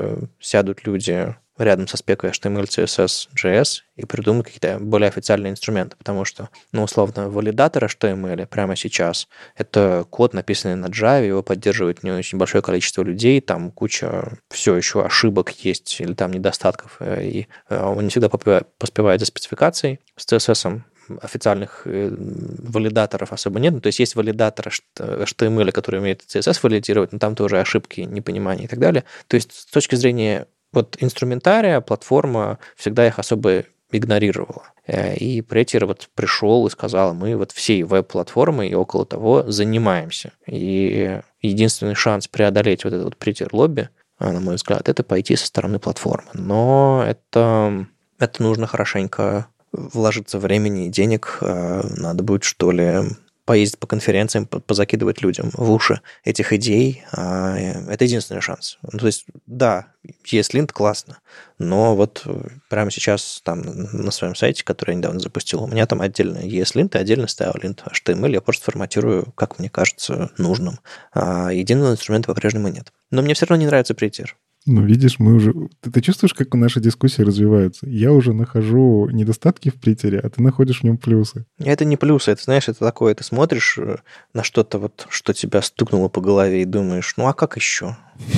сядут люди рядом со спекой HTML, CSS, JS и придумают какие-то более официальные инструменты, потому что, ну, условно, валидатор HTML прямо сейчас — это код, написанный на Java, его поддерживает не очень большое количество людей, там куча все еще ошибок есть или там недостатков, и он не всегда поспевает за спецификацией. С CSS официальных валидаторов особо нет. То есть есть валидатор HTML, который умеет CSS валидировать, но там тоже ошибки, непонимания и так далее. То есть с точки зрения вот инструментария, платформа всегда их особо игнорировала. И Prettier вот пришел и сказал, мы вот всей веб-платформой и около того занимаемся. И единственный шанс преодолеть вот это вот Prettier-лобби, на мой взгляд, это пойти со стороны платформы. Но это нужно хорошенько вложиться времени и денег. Надо будет, что ли, поездить по конференциям, позакидывать людям в уши этих идей. Это единственный шанс. Ну, то есть, да, ESLint классно, но вот прямо сейчас там на своем сайте, который я недавно запустил, у меня там отдельно ESLint и отдельно StyleLint. HTML я просто форматирую, как мне кажется, нужным. Единого инструмента по-прежнему нет. Но мне все равно не нравится Prettier.
Ну, видишь, мы уже... Ты чувствуешь, как наши дискуссии развиваются? Я уже нахожу недостатки в Prettier, а ты находишь в нем плюсы.
Это не плюсы, это, знаешь, это такое, ты смотришь на что-то, вот, что тебя стукнуло по голове и думаешь, ну, а как еще?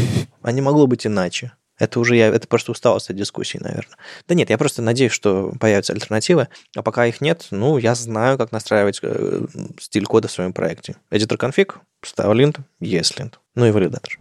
А не могло быть иначе. Это просто усталость от дискуссий, наверное. Да нет, я просто надеюсь, что появятся альтернативы, а пока их нет, ну, я знаю, как настраивать стиль кода в своем проекте. Editor конфиг, StyleLint, ESLint, ну и валидатор.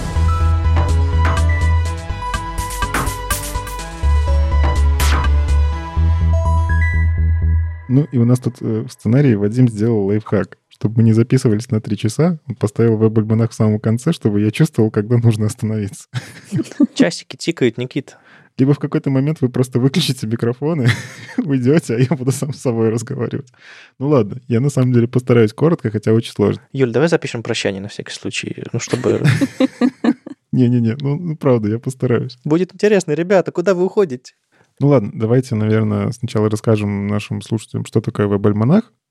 Ну, и у нас тут в сценарии Вадим сделал лайфхак. Чтобы мы не записывались на 3 часа, он поставил веб-альманах в самом конце, чтобы я чувствовал, когда нужно остановиться.
Часики тикают, Никита.
Либо в какой-то момент вы просто выключите микрофоны, уйдете, а я буду сам с собой разговаривать. Ну ладно, я на самом деле постараюсь коротко, хотя очень сложно.
Юль, давай запишем прощание на всякий случай, ну, чтобы...
Не-не-не, ну правда, я постараюсь.
Будет интересно, ребята, куда вы уходите?
Ну ладно, давайте, наверное, сначала расскажем нашим слушателям, что такое веб-альманах,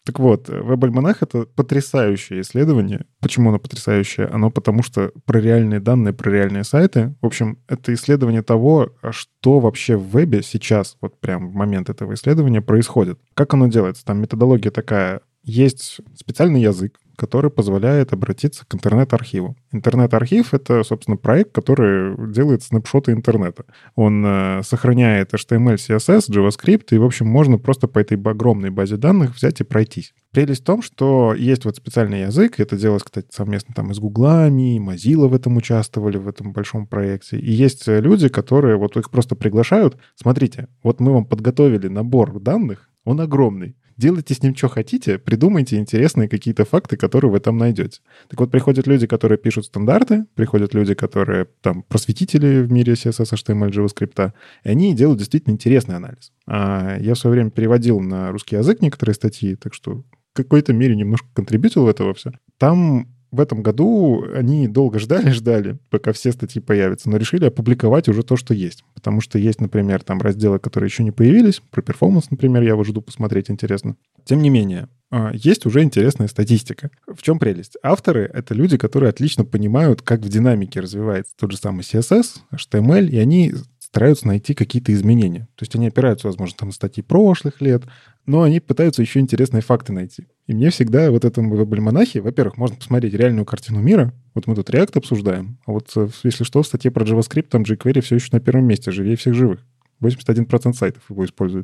Так вот, WebAlmanach — это потрясающее исследование. Почему оно потрясающее? Оно потому что про реальные данные, про реальные сайты. В общем, это исследование того, что вообще в вебе сейчас, вот прям в момент этого исследования происходит. Как оно делается? Там методология такая. Есть специальный язык, который позволяет обратиться к интернет-архиву. Интернет-архив — это, собственно, проект, который делает снапшоты интернета. Он сохраняет HTML, CSS, JavaScript, и, в общем, можно просто по этой огромной базе данных взять и пройтись. Прелесть в том, что есть вот специальный язык, это делалось, кстати, совместно там и с Гуглами, и Mozilla в этом участвовали, в этом большом проекте. И есть люди, которые вот их просто приглашают. Смотрите, вот мы вам подготовили набор данных, он огромный. Делайте с ним, что хотите, придумайте интересные какие-то факты, которые вы там найдете. Так вот, приходят люди, которые пишут стандарты, приходят люди, которые там просветители в мире CSS, HTML, JavaScript, и они делают действительно интересный анализ. Я в свое время переводил на русский язык некоторые статьи, так что в какой-то мере немножко контрибьютил в это во все. Там в этом году они долго ждали, пока все статьи появятся, но решили опубликовать уже то, что есть. Потому что есть, например, там разделы, которые еще не появились. Про перформанс, например, я его жду посмотреть, интересно. Тем не менее, есть уже интересная статистика. В чем прелесть? Авторы — это люди, которые отлично понимают, как в динамике развивается тот же самый CSS, HTML, и они стараются найти какие-то изменения. То есть они опираются, возможно, там на статьи прошлых лет, но они пытаются еще интересные факты найти. И мне всегда вот этом WebAlmanach, во-первых, можно посмотреть реальную картину мира. Вот мы тут React обсуждаем, а вот если что, в статье про JavaScript там jQuery все еще на первом месте, живее всех живых. 81% сайтов его используют.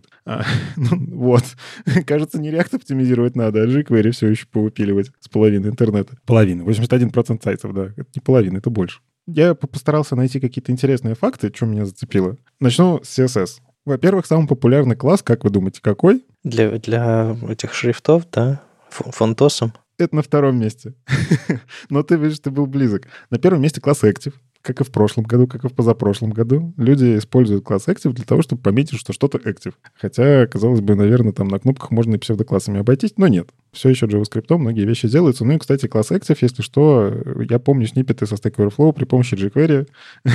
Вот. Кажется, не React оптимизировать надо, а jQuery все еще повыпиливать с половины интернета. Половина. 81% сайтов, да. Это не половина, это больше. Я постарался найти какие-то интересные факты, что меня зацепило. Начну с CSS. Во-первых, самый популярный класс, как вы думаете, какой?
Для этих шрифтов, да, фонтосом.
Это на втором месте. Но ты видишь, ты был близок. На первом месте класс Active. Как и в прошлом году, как и в позапрошлом году, люди используют класс Active для того, чтобы пометить, что что-то Active. Хотя, казалось бы, наверное, там на кнопках можно и псевдоклассами обойтись, но нет. Все еще JavaScript, многие вещи делаются. Ну и, кстати, класс Active, если что, я помню сниппеты со Stack Overflow при помощи jQuery.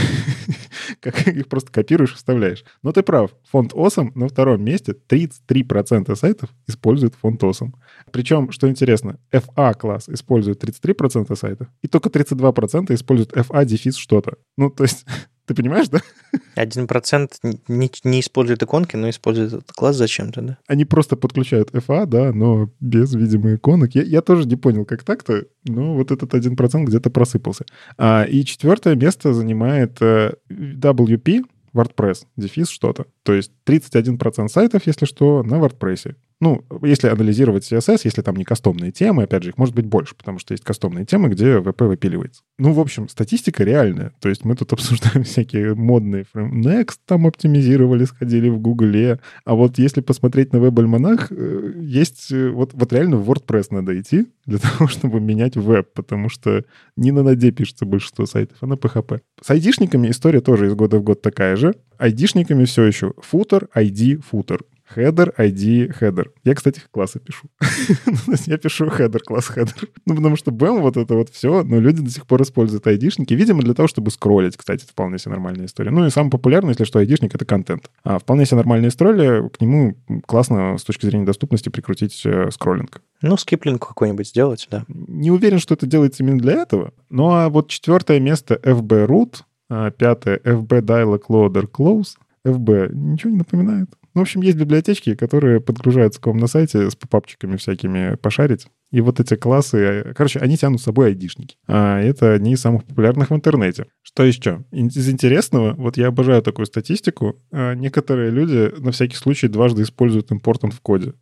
Как их просто копируешь и вставляешь. Но ты прав, фонд Awesome на втором месте. 33% сайтов используют фонд Awesome. Причем, что интересно, FA-класс использует 33% сайтов, и только 32% используют FA-дефис что-то. Ну, то есть, ты понимаешь, да?
1% не использует иконки, но использует этот класс зачем-то, да?
Они просто подключают FA, да, но без, видимо, иконок. Я тоже не понял, как так-то, но вот этот 1% где-то просыпался. И четвертое место занимает WP, WordPress, дефис что-то. То есть 31% сайтов, если что, на WordPress. Ну, если анализировать CSS, если там не кастомные темы, опять же, их может быть больше, потому что есть кастомные темы, где WP выпиливается. Ну, в общем, статистика реальная. То есть мы тут обсуждаем всякие модные Next там оптимизировали, сходили в Гугле. А вот если посмотреть на WebAlmanach, есть вот реально в WordPress надо идти для того, чтобы менять веб, потому что не на ноде пишется большинство сайтов, а на PHP. С айдишниками история тоже из года в год такая же. Айдишниками все еще footer, ID, footer. Header, ID, header. Я, кстати, классы пишу. Я пишу header, класс header. Ну, потому что BEM вот это вот все, но люди до сих пор используют айдишники. Видимо, для того, чтобы скроллить, кстати, это вполне себе нормальная история. Ну и самый популярный, если что, айдишник — это контент. А вполне себе нормальная история, к нему классно с точки зрения доступности прикрутить скроллинг.
Ну, скиплинг какой-нибудь сделать, да.
Не уверен, что это делается именно для этого. Ну а вот четвертое место FB Root, пятое FB Dialog Loader Close. FB ничего не напоминает. Ну, в общем, есть библиотечки, которые подгружаются к вам на сайте с попапчиками всякими пошарить. И вот эти классы, короче, они тянут с собой айдишники. А это одни из самых популярных в интернете. Что еще? Из интересного, вот я обожаю такую статистику, некоторые люди на всякий случай дважды используют important в коде.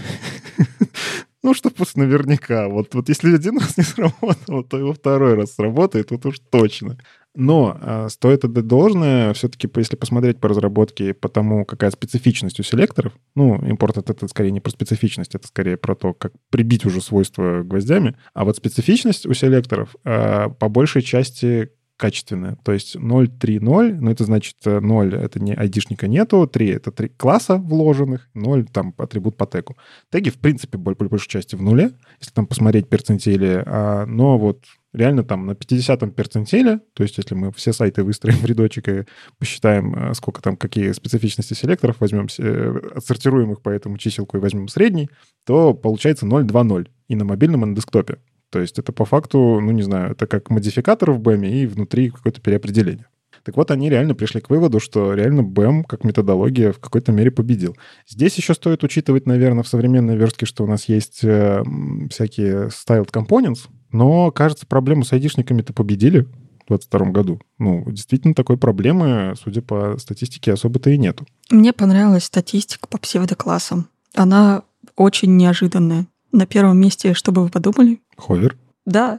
Ну, чтобы наверняка. Вот если один раз не сработало, то его второй раз сработает, вот уж точно. Но стоит отдать должное, все-таки, если посмотреть по разработке, по тому, какая специфичность у селекторов, ну, импорт это скорее не про специфичность, это скорее про то, как прибить уже свойства гвоздями. А вот специфичность у селекторов по большей части качественная. То есть 0.3.0, ну, это значит 0 — это не айдишника нету, 3 — это 3 класса вложенных, 0 — там атрибут по тегу. Теги, в принципе, по большей части в нуле, если там посмотреть перцентили, но вот реально там на 50-м перцентиле, то есть если мы все сайты выстроим в рядочек и посчитаем, сколько там, какие специфичности селекторов, возьмем, отсортируем их по этому чиселку и возьмем средний, то получается 0,2,0 и на мобильном, и на десктопе. То есть это по факту, ну, не знаю, это как модификатор в BEM и внутри какое-то переопределение. Так вот, они реально пришли к выводу, что реально BEM как методология в какой-то мере победил. Здесь еще стоит учитывать, наверное, в современной верстке, что у нас есть всякие styled components, но, кажется, проблему с айдишниками-то победили в 2022 году. Ну, действительно, такой проблемы, судя по статистике, особо-то и нету.
Мне понравилась статистика по псевдоклассам. Она очень неожиданная. На первом месте, что бы вы подумали?
Ховер?
Да.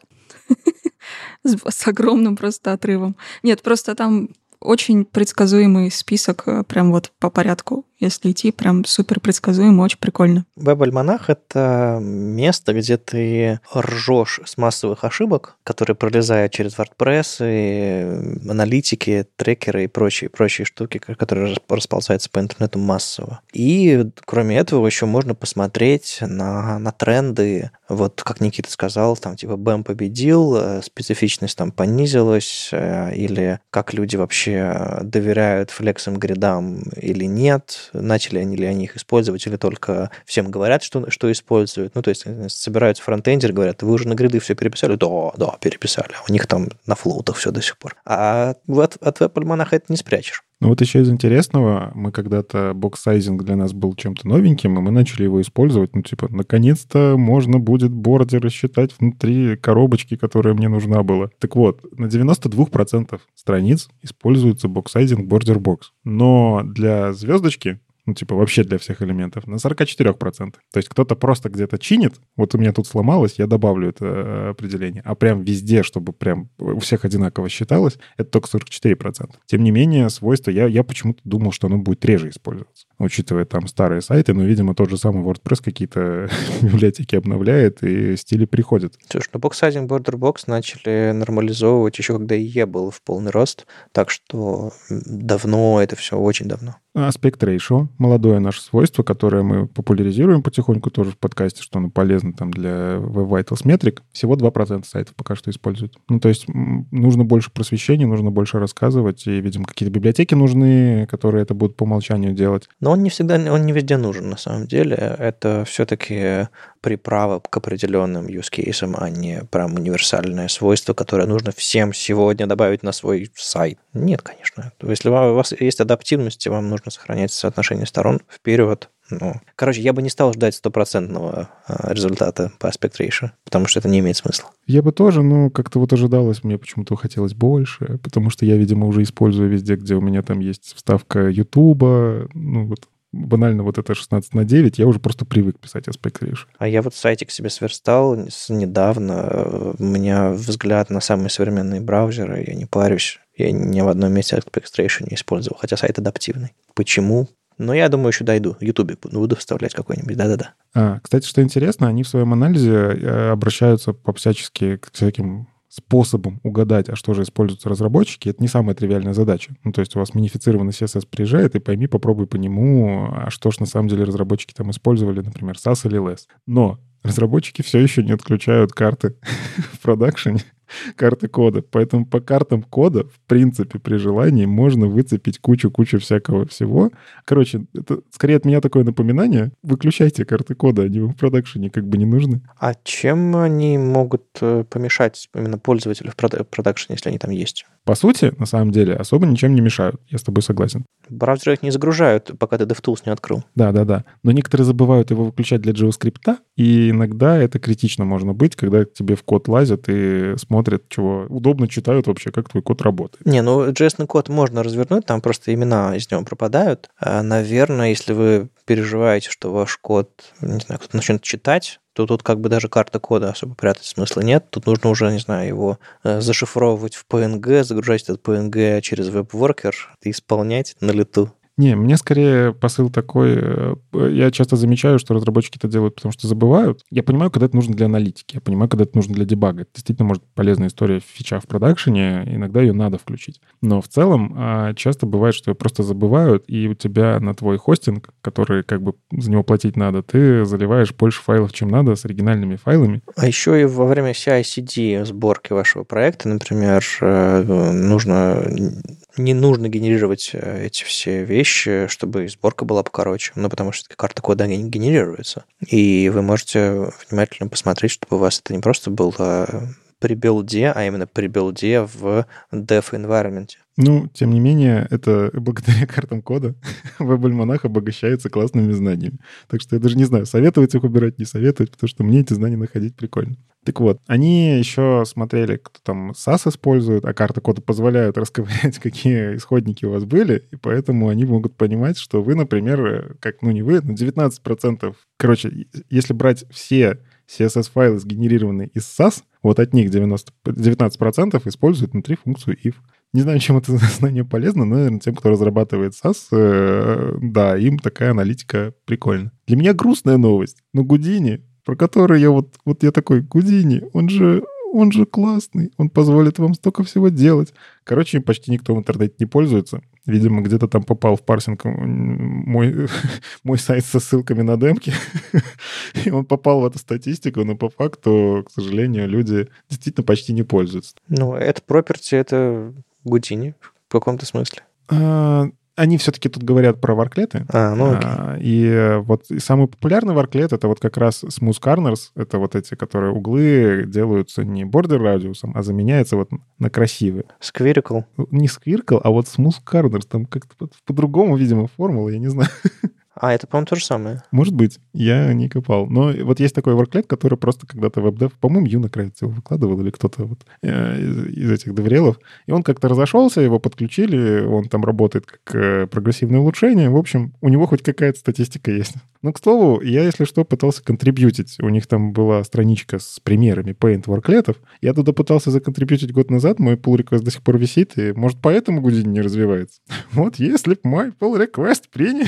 С огромным просто отрывом. Нет, просто там очень предсказуемый список, прям вот по порядку. Если идти, прям супер предсказуемо, очень прикольно.
Веб-альманах — это место, где ты ржешь с массовых ошибок, которые пролезают через WordPress, и аналитики, трекеры и прочие штуки, которые расползаются по интернету массово. И, кроме этого, еще можно посмотреть на тренды. Вот, как Никита сказал, там типа BEM победил, специфичность там понизилась, или как люди вообще доверяют флексам, гридам или нет, начали они ли они их использовать, или только всем говорят, что используют. Ну, то есть собираются фронтендеры, говорят: вы уже на гриды все переписали? Да, переписали. У них там на флоутах все до сих пор. А вот от веб-альманаха это не спрячешь.
Ну вот еще из интересного, мы когда-то бокс-сайзинг для нас был чем-то новеньким, и мы начали его использовать. Ну типа, наконец-то можно будет бордеры считать внутри коробочки, которая мне нужна была. Так вот, на 92% страниц используется бокс-сайзинг border-box. Но для звездочки, ну, типа, вообще для всех элементов, на 44%. То есть кто-то просто где-то чинит, вот у меня тут сломалось, я добавлю это определение. А прям везде, чтобы прям у всех одинаково считалось, это только 44%. Тем не менее, свойство, я почему-то думал, что оно будет реже использоваться, учитывая там старые сайты, но, видимо, тот же самый WordPress какие-то библиотеки обновляет, и стили приходят.
Слушай, ну бокс-сайзинг, border-box начали нормализовывать еще когда IE был в полный рост, так что давно это все, очень давно.
Aspect Ratio, молодое наше свойство, которое мы популяризируем потихоньку тоже в подкасте, что оно полезно там для Web Vitals метрик. Всего 2% сайтов пока что используют. Ну, то есть нужно больше просвещения, нужно больше рассказывать, и, видимо, какие-то библиотеки нужны, которые это будут по умолчанию делать.
Но он не везде нужен, на самом деле. Это все-таки приправа к определенным use cases, а не прям универсальное свойство, которое нужно всем сегодня добавить на свой сайт. Нет, конечно. Если у вас есть адаптивность, вам нужно сохранять соотношение сторон вперед. Ну, короче, я бы не стал ждать 100% результата по aspect ratio, потому что это не имеет смысла.
Я бы тоже, но как-то вот ожидалось, мне почему-то хотелось больше, потому что я, видимо, уже использую везде, где у меня там есть вставка Ютуба, ну вот банально вот это 16:9, я уже просто привык писать aspect ratio.
А я вот сайтик себе сверстал недавно. У меня взгляд на самые современные браузеры, я не парюсь. Я ни в одном месте aspect ratio не использовал, хотя сайт адаптивный. Почему? Но я думаю, еще дойду. В Ютубе буду вставлять какой-нибудь. Да-да-да.
Кстати, что интересно, они в своем анализе обращаются по-всячески к всяким способом угадать, а что же используют разработчики, это не самая тривиальная задача. Ну, то есть у вас минифицированный CSS приезжает, и попробуй по нему, а что ж на самом деле разработчики там использовали, например, SAS или LESS. Но разработчики все еще не отключают карты в продакшене, карты кода. Поэтому по картам кода, в принципе, при желании можно выцепить кучу всякого всего. Короче, это скорее от меня такое напоминание. Выключайте карты кода, они вам в продакшене как бы не нужны.
А чем они могут помешать именно пользователю в продакшене, если они там есть?
По сути, на самом деле, особо ничем не мешают. Я с тобой согласен.
Браузеры их не загружают, пока ты DevTools не открыл.
Да. Но некоторые забывают его выключать для JavaScript, и иногда это критично можно быть, когда к тебе в код лазят и смотрят, чего удобно читают вообще, как твой код работает.
Не, ну JS-ный код можно развернуть, там просто имена из него пропадают. Наверное, если вы переживаете, что ваш код, не знаю, кто-то начнет читать, то тут как бы даже карта кода особо прятать смысла нет. Тут нужно уже, не знаю, его зашифровывать в PNG, загружать этот PNG через веб-воркер и исполнять на лету.
Не, мне скорее посыл такой... Я часто замечаю, что разработчики это делают, потому что забывают. Я понимаю, когда это нужно для аналитики, я понимаю, когда это нужно для дебага. Это действительно может быть полезная история фича в продакшене, иногда ее надо включить. Но в целом часто бывает, что ее просто забывают, и у тебя на твой хостинг, который как бы за него платить надо, ты заливаешь больше файлов, чем надо, с оригинальными файлами.
А еще и во время CI/CD сборки вашего проекта, например, не нужно генерировать эти все вещи, чтобы сборка была покороче. Ну, потому что карта кода не генерируется. И вы можете внимательно посмотреть, чтобы у вас это не просто было при билде, а именно при билде в dev-environment.
Ну, тем не менее, это благодаря картам кода веб-альманах обогащается классными знаниями. Так что я даже не знаю, советовать их убирать, не советовать, потому что мне эти знания находить прикольно. Так вот, они еще смотрели, кто там SAS использует, а карты кода позволяют расковырять, какие исходники у вас были, и поэтому они могут понимать, что вы, например, не вы, но 19%. Короче, если брать все CSS-файлы, сгенерированные из SAS, вот от них 19% используют внутри функцию if. Не знаю, чем это знание полезно, но, наверное, тем, кто разрабатывает SAS, да, им такая аналитика прикольна. Для меня грустная новость, но Houdini, про который я я такой, Houdini, он же классный, он позволит вам столько всего делать. Короче, им почти никто в интернете не пользуется. Видимо, где-то там попал в парсинг мой сайт со ссылками на демки, и он попал в эту статистику, но по факту, к сожалению, люди действительно почти не пользуются.
Ну, это property, это Houdini в каком-то смысле.
Они все-таки тут говорят про варклеты. И вот самый популярный варклет — это вот как раз smooth corners. Это вот эти, которые углы делаются не border радиусом, а заменяются вот на красивые.
Squircle.
Не squircle, а вот smooth corners. Там как-то по-другому, видимо, формула, я не знаю.
А, это, по-моему, то же самое.
Может быть, я не копал. Но вот есть такой ворклет, который просто когда-то WebDev, по-моему, Юна Кравец его выкладывал, или кто-то вот из этих деврелов. И он как-то разошелся, его подключили, он там работает как прогрессивное улучшение. В общем, у него хоть какая-то статистика есть. Но, к слову, я, если что, пытался контрибьютить. У них там была страничка с примерами Paint ворклетов. Я туда пытался законтрибьютить год назад, мой pull request до сих пор висит, и, может, поэтому Houdini не развивается. Вот если б мой pull request приняли...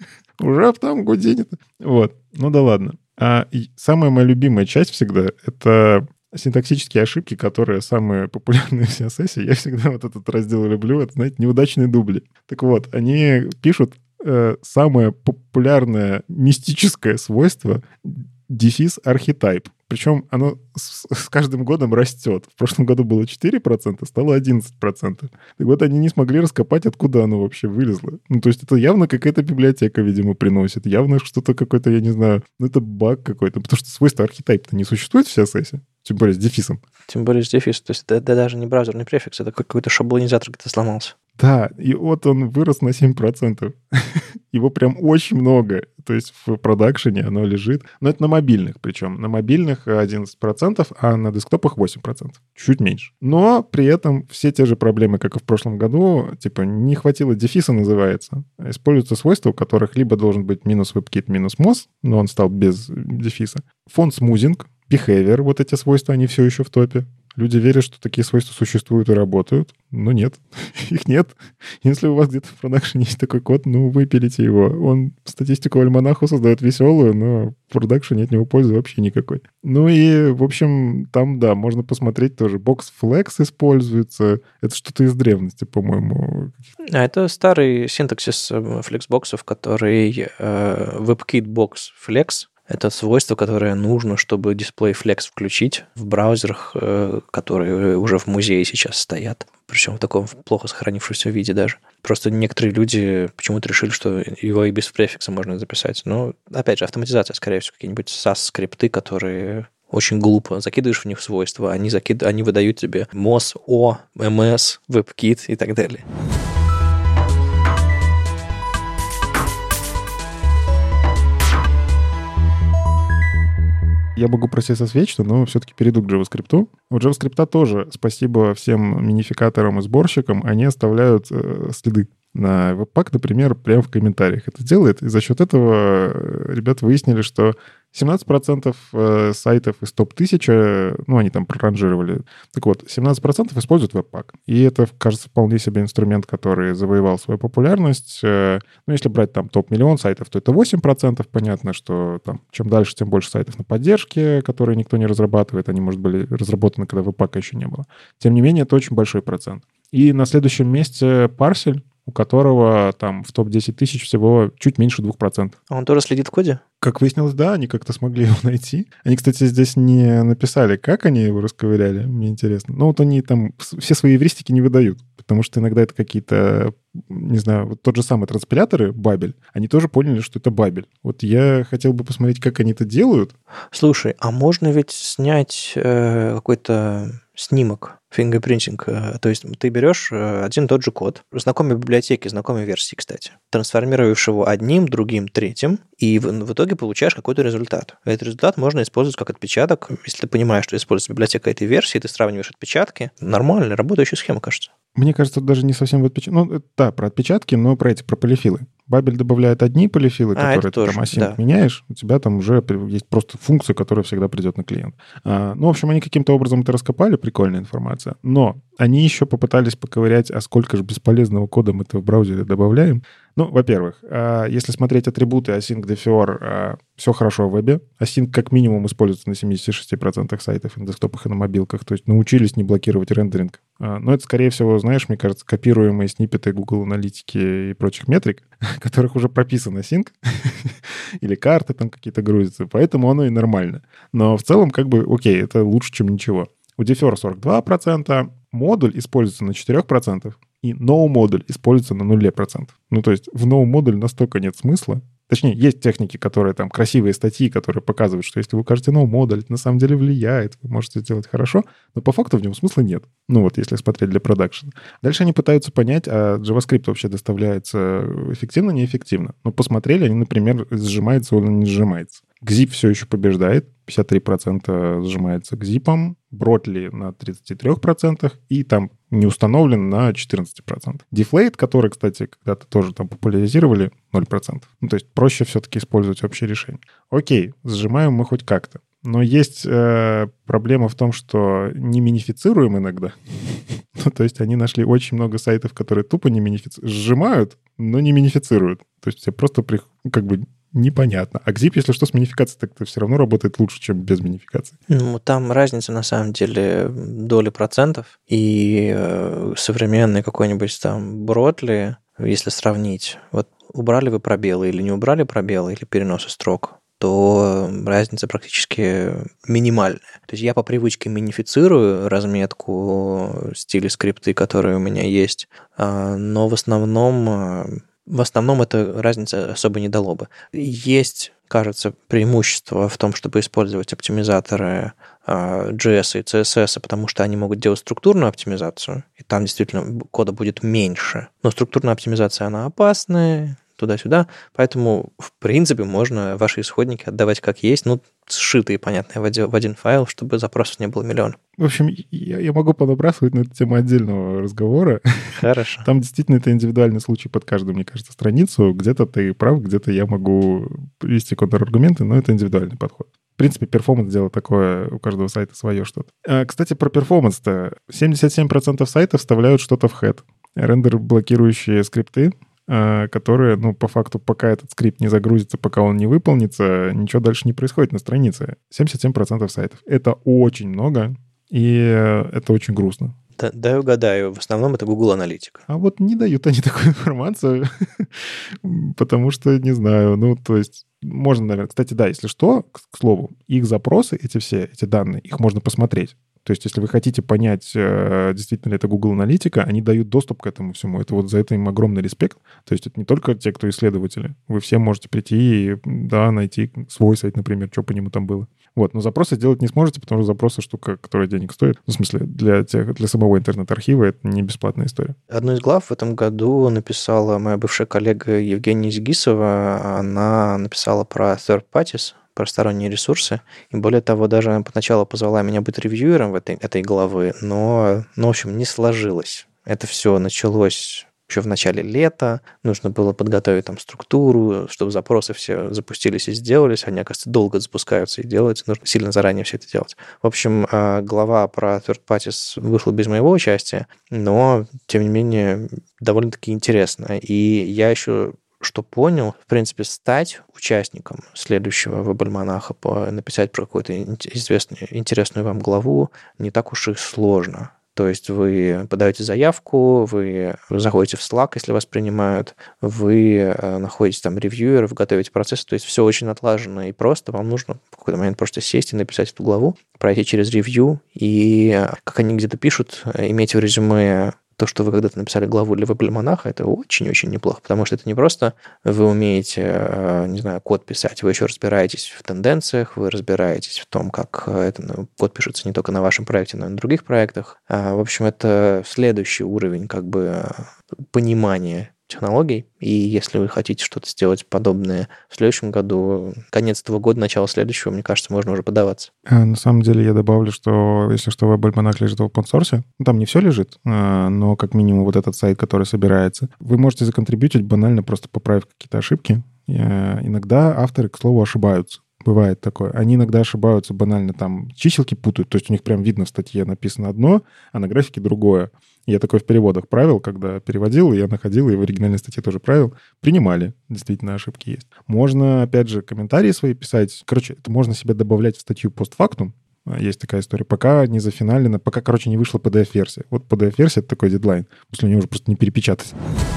Уже там Houdini-то. Вот. Ну да ладно. Самая моя любимая часть всегда — это синтаксические ошибки, которые самые популярные в CSS. Я всегда вот этот раздел люблю. Это, знаете, неудачные дубли. Так вот, они пишут самое популярное мистическое свойство — дефис архетайп. Причем оно с каждым годом растет. В прошлом году было 4%, стало 11%. Так вот, они не смогли раскопать, откуда оно вообще вылезло. Ну, то есть это явно какая-то библиотека, видимо, приносит. Явно что-то какое-то, я не знаю, это баг какой-то. Потому что свойство архетайп-то не существует в CSS. Тем более с дефисом.
Тем более с дефисом. То есть это даже не браузерный префикс, это какой-то шаблонизатор где-то сломался.
Да, и вот он вырос на 7%. Его прям очень много. То есть в продакшене оно лежит. Но это на мобильных причем. На мобильных 11%, а на десктопах 8%. Чуть меньше. Но при этом все те же проблемы, как и в прошлом году. Типа не хватило дефиса, называется. Используются свойства, у которых либо должен быть минус WebKit, минус MOS, но он стал без дефиса. Фонд смузинг, behavior, вот эти свойства, они все еще в топе. Люди верят, что такие свойства существуют и работают, но нет, их нет. Если у вас где-то в продакшене есть такой код, ну, выпилите его. Он статистику в альманаху создает веселую, но в продакшене от него пользы вообще никакой. Ну и, в общем, там, да, можно посмотреть тоже. Box-flex используется. Это что-то из древности, по-моему.
А это старый синтаксис флексбоксов, который WebKit Box Flex. Это свойство, которое нужно, чтобы дисплей Flex включить в браузерах, которые уже в музее сейчас стоят. Причем в таком плохо сохранившемся виде даже. Просто некоторые люди почему-то решили, что его и без префикса можно записать. Но, опять же, автоматизация, скорее всего, какие-нибудь SAS-скрипты, которые очень глупо. Закидываешь в них свойства, они выдают тебе MOS, O, MS, WebKit и так далее.
Я могу про CSS вечно, но все-таки перейду к JavaScript. У JavaScript тоже, спасибо всем минификаторам и сборщикам, они оставляют следы. на Webpack, например, прямо в комментариях это делает. И за счет этого ребята выяснили, что 17% сайтов из топ-1000, ну, они там проранжировали. Так вот, 17% используют Webpack. И это, кажется, вполне себе инструмент, который завоевал свою популярность. Ну, если брать там топ-миллион сайтов, то это 8%. Понятно, что там чем дальше, тем больше сайтов на поддержке, которые никто не разрабатывает. Они, может, были разработаны, когда Webpack еще не было. Тем не менее, это очень большой процент. И на следующем месте Parcel, у которого там в топ-10 тысяч всего чуть меньше 2%.
А он тоже следит в коде?
Как выяснилось, да, они как-то смогли его найти. Они, кстати, здесь не написали, как они его расковыряли, мне интересно. Но вот они там все свои эвристики не выдают, потому что иногда это какие-то, не знаю, вот тот же самый транспиляторы, Babel, они тоже поняли, что это Babel. Вот я хотел бы посмотреть, как они это делают.
Слушай, а можно ведь снять какой-то снимок, фингерпринтинг. То есть ты берешь один и тот же код, знакомые библиотеки, знакомые версии, кстати, трансформируешь его одним, другим, третьим, и в итоге получаешь какой-то результат. Этот результат можно использовать как отпечаток. Если ты понимаешь, что используется библиотека этой версии, ты сравниваешь отпечатки. Нормальная, работающая схема, кажется.
Мне кажется, даже не совсем в отпечатке. Ну, да, про отпечатки, но про полифилы. Babel добавляет одни полифилы, которые ты там async меняешь, у тебя там уже есть просто функция, которая всегда придет на клиент. Ну, в общем, они каким-то образом это раскопали, прикольная информация. Но они еще попытались поковырять, а сколько же бесполезного кода мы в браузере добавляем. Ну, во-первых, если смотреть атрибуты async, defer, все хорошо в вебе. Async как минимум используется на 76% сайтов, и на десктопах, и на мобилках. То есть научились не блокировать рендеринг. Но это, скорее всего, знаешь, мне кажется, копируемые сниппеты Google аналитики и прочих метрик, в которых уже прописан async, или карты там какие-то грузятся. Поэтому оно и нормально. Но в целом, как бы, окей, это лучше, чем ничего. У defer 42%, модуль используется на 4%, и no-модуль используется на 0%. Ну, то есть в no-модуль настолько нет смысла. Точнее, есть техники, которые там, красивые статьи, которые показывают, что если вы укажете no-модуль, это на самом деле влияет, вы можете сделать хорошо, но по факту в нем смысла нет. Ну вот, если смотреть для продакшена. Дальше они пытаются понять, а JavaScript вообще доставляется эффективно, неэффективно. Ну, посмотрели, они, например, сжимается или не сжимается. Gzip все еще побеждает, 53% сжимается Gzip, Brotli на 33%, и там не установлен на 14%. Deflate, который, кстати, когда-то тоже там популяризировали, 0%. Ну, то есть проще все-таки использовать общее решение. Окей, сжимаем мы хоть как-то. Но есть проблема в том, что не минифицируем иногда. Ну, то есть они нашли очень много сайтов, которые тупо не минифицируют. Сжимают, но не минифицируют. То есть тебе просто как бы непонятно. А Gzip, если что, с минификацией, так это все равно работает лучше, чем без минификации.
Ну, там разница, на самом деле, доли процентов. И современный какой-нибудь там Brotli, если сравнить, вот убрали вы пробелы или не убрали пробелы, или переносы строк, то разница практически минимальная. То есть я по привычке минифицирую разметку, стили, скрипты, которые у меня есть, но в основном эта разница особо не дало бы. Есть, кажется, преимущество в том, чтобы использовать оптимизаторы JS и CSS, потому что они могут делать структурную оптимизацию, и там действительно кода будет меньше. Но структурная оптимизация, она опасная, туда-сюда, поэтому, в принципе, можно ваши исходники отдавать как есть, ну, сшитые, понятно, в один файл, чтобы запросов не было миллион.
В общем, я могу понабрасывать на эту тему отдельного разговора.
Хорошо.
Там действительно это индивидуальный случай под каждую, мне кажется, страницу. Где-то ты прав, где-то я могу привести контраргументы, но это индивидуальный подход. В принципе, перформанс дело такое, у каждого сайта свое что-то. Кстати, про перформанс-то. 77% сайтов вставляют что-то в head. Рендер-блокирующие скрипты, которые, ну, по факту, пока этот скрипт не загрузится, пока он не выполнится, ничего дальше не происходит на странице. 77% сайтов. Это очень много, и это очень грустно.
Да, угадаю. В основном это Google Аналитика.
А вот не дают они такую информацию, потому что, не знаю, ну, то есть можно, наверное... Кстати, да, если что, к слову, их запросы, эти данные, их можно посмотреть. То есть, если вы хотите понять, действительно ли это Google Аналитика, они дают доступ к этому всему. Это вот за это им огромный респект. То есть, это не только те, кто исследователи. Вы все можете прийти и, да, найти свой сайт, например, что по нему там было. Вот, но запросы сделать не сможете, потому что запросы штука, которая денег стоит. Ну, в смысле, для самого интернет-архива это не бесплатная история.
Одну из глав в этом году написала моя бывшая коллега Евгения Изгисова. Она написала про third parties, про сторонние ресурсы. И более того, даже поначалу позвала меня быть ревьюером этой главы, но, в общем, не сложилось. Это все началось еще в начале лета, нужно было подготовить там структуру, чтобы запросы все запустились и сделались, они, оказывается, долго запускаются и делаются, нужно сильно заранее все это делать. В общем, глава про third parties вышла без моего участия, но, тем не менее, довольно-таки интересно. И я еще что понял, в принципе, стать участником следующего веб-альманаха, написать про какую-то интересную вам главу не так уж и сложно. То есть вы подаете заявку, вы заходите в Slack, если вас принимают, вы находите там ревьюеров, готовите процессы, то есть все очень отлажено и просто. Вам нужно в какой-то момент просто сесть и написать эту главу, пройти через ревью, и, как они где-то пишут, иметь в резюме то, что вы когда-то написали главу для веб-альманаха, это очень-очень неплохо, потому что это не просто вы умеете, не знаю, код писать, вы еще разбираетесь в тенденциях, вы разбираетесь в том, как код пишется не только на вашем проекте, но и на других проектах. В общем, это следующий уровень как бы понимания технологий, и если вы хотите что-то сделать подобное в следующем году, конец этого года, начало следующего, мне кажется, можно уже подаваться.
На самом деле я добавлю, что если что, веб-альманах лежит в open source, там не все лежит, но как минимум вот этот сайт, который собирается, вы можете законтрибьютить банально, просто поправив какие-то ошибки. Иногда авторы, к слову, ошибаются. Бывает такое. Они иногда ошибаются банально, там чиселки путают, то есть у них прям видно в статье написано одно, а на графике другое. Я такой в переводах правил, когда переводил, я находил, и в оригинальной статье тоже правил. Принимали. Действительно, ошибки есть. Можно, опять же, комментарии свои писать. Короче, это можно себе добавлять в статью постфактум. Есть такая история. Пока не зафиналено, пока, короче, не вышла PDF-версия. Вот PDF-версия — это такой дедлайн. После нее уже просто не перепечатать.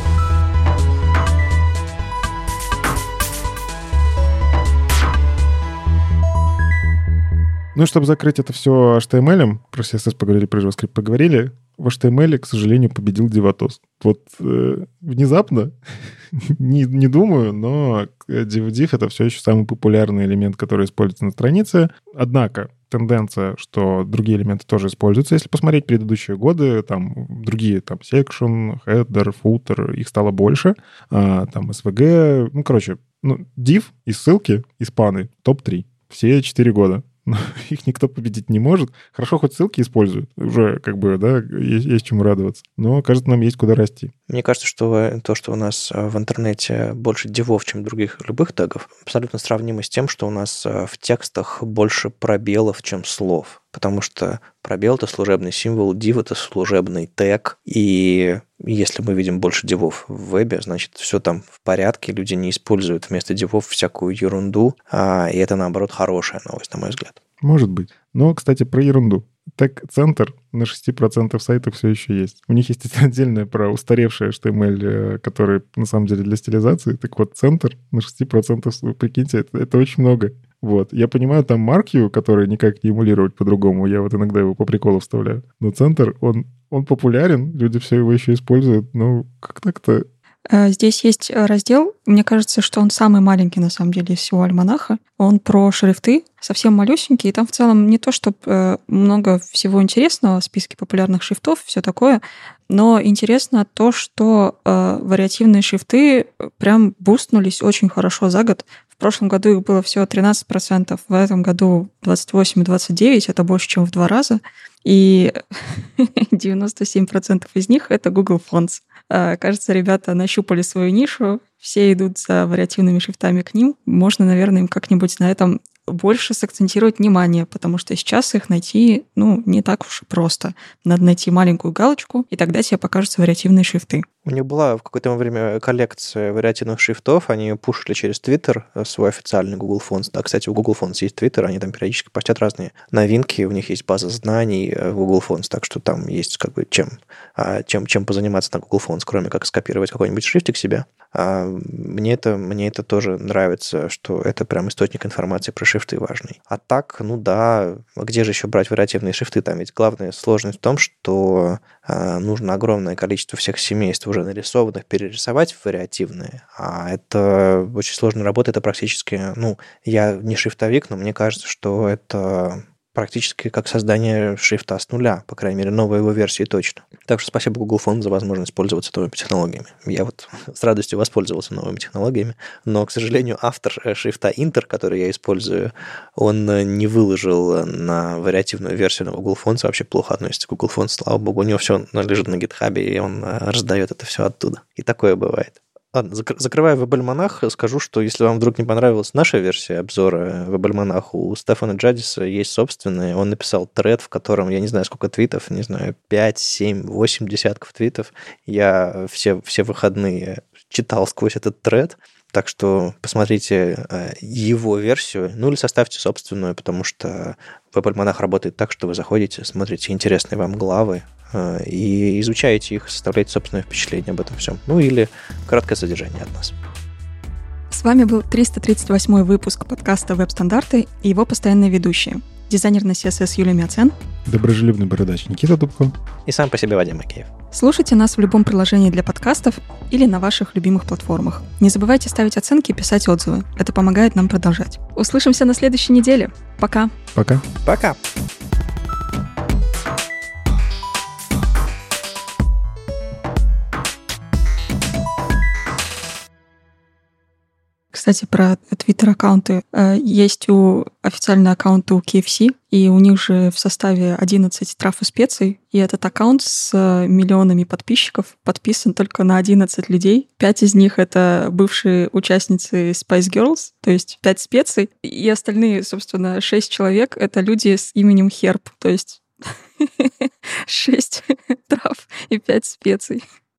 Ну и чтобы закрыть это все HTML, про CSS поговорили, про JavaScript поговорили, в HTML, к сожалению, победил Divatos. Вот внезапно, не думаю, но div это все еще самый популярный элемент, который используется на странице. Однако тенденция, что другие элементы тоже используются. Если посмотреть предыдущие годы, там другие, там section, header, footer, их стало больше. Там SVG, div и ссылки, и спаны, топ-3. Все 4 года. Но их никто победить не может. Хорошо, хоть ссылки используют. Уже как бы, да, есть чему радоваться. Но, кажется, нам есть куда расти.
Мне кажется, что то, что у нас в интернете больше дивов, чем других любых тегов, абсолютно сравнимо с тем, что у нас в текстах больше пробелов, чем слов. Потому что пробел — это служебный символ, div — это служебный тег, и если мы видим больше дивов в вебе, значит, все там в порядке, люди не используют вместо дивов всякую ерунду, и это, наоборот, хорошая новость, на мой взгляд.
Может быть. Но, кстати, про ерунду. Тег-центр на 6% сайтов все еще есть. У них есть отдельное про устаревший HTML, который, на самом деле, для стилизации. Так вот, центр на 6%, вы прикиньте, это очень много. Вот. Я понимаю, там маркью, который никак не эмулировать по-другому. Я вот иногда его по приколу вставляю. Но центр, он популярен, люди все его еще используют. Ну, как так-то?
Здесь есть раздел, мне кажется, что он самый маленький, на самом деле, из всего альманаха. Он про шрифты, совсем малюсенький, и там в целом не то, чтобы много всего интересного в списке популярных шрифтов, все такое, но интересно то, что вариативные шрифты прям бустнулись очень хорошо за год. В прошлом году их было всего 13%, в этом году 28 и 29, это больше, чем в 2 раза. И 97% из них — это Google Fonts. Кажется, ребята нащупали свою нишу, все идут за вариативными шрифтами к ним. Можно, наверное, им как-нибудь на этом больше сакцентировать внимание, потому что сейчас их найти, не так уж и просто. Надо найти маленькую галочку, и тогда тебе покажутся вариативные шрифты.
У них была в какое-то время коллекция вариативных шрифтов, они ее пушили через Twitter, свой официальный Google Fonts. Да, кстати, у Google Fonts есть Twitter, они там периодически постят разные новинки, у них есть база знаний в Google Fonts, так что там есть как бы чем позаниматься на Google Fonts, кроме как скопировать какой-нибудь шрифтик себе. Мне это тоже нравится, что это прям источник информации про шрифты важный. А так, где же еще брать вариативные шрифты? Там ведь главная сложность в том, что нужно огромное количество всех семейств уже нарисованных перерисовать в вариативные, а это очень сложная работа, это практически, я не шрифтовик, но мне кажется, что это практически как создание шрифта с нуля, по крайней мере, новой его версии точно. Так что спасибо Google Font за возможность пользоваться новыми технологиями. Я вот с радостью воспользовался новыми технологиями, но, к сожалению, автор шрифта Inter, который я использую, он не выложил на вариативную версию на Google Fonts, вообще плохо относится к Google Fonts, слава богу, у него все лежит на GitHub, и он раздает это все оттуда. И такое бывает. Ладно, закрывая WebAlmanach, скажу, что если вам вдруг не понравилась наша версия обзора WebAlmanach, у Стефана Джадиса есть собственная. Он написал тред, в котором, я не знаю, сколько твитов, не знаю, 5, 7, 8 десятков твитов. Я все выходные читал сквозь этот тред. Так что посмотрите его версию, ну или составьте собственную, потому что WebAlmanach работает так, что вы заходите, смотрите интересные вам главы и изучаете их, составляете собственное впечатление об этом всем. Ну или краткое содержание от нас.
С вами был 338 выпуск подкаста «Веб-стандарты» и его постоянные ведущие. Дизайнер на CSS Юлия Мяцен,
доброжелюбный бородач Никита Дубко
и сам по себе Вадим Макеев.
Слушайте нас в любом приложении для подкастов или на ваших любимых платформах. Не забывайте ставить оценки и писать отзывы. Это помогает нам продолжать. Услышимся на следующей неделе. Пока.
Пока.
Пока.
Кстати, про твиттер-аккаунты. Есть официальный аккаунт у KFC, и у них же в составе 11 трав и специй, и этот аккаунт с миллионами подписчиков подписан только на 11 людей. 5 из них — это бывшие участницы Spice Girls, то есть 5 специй, и остальные, собственно, 6 человек — это люди с именем Herb, то есть 6 трав и 5 специй.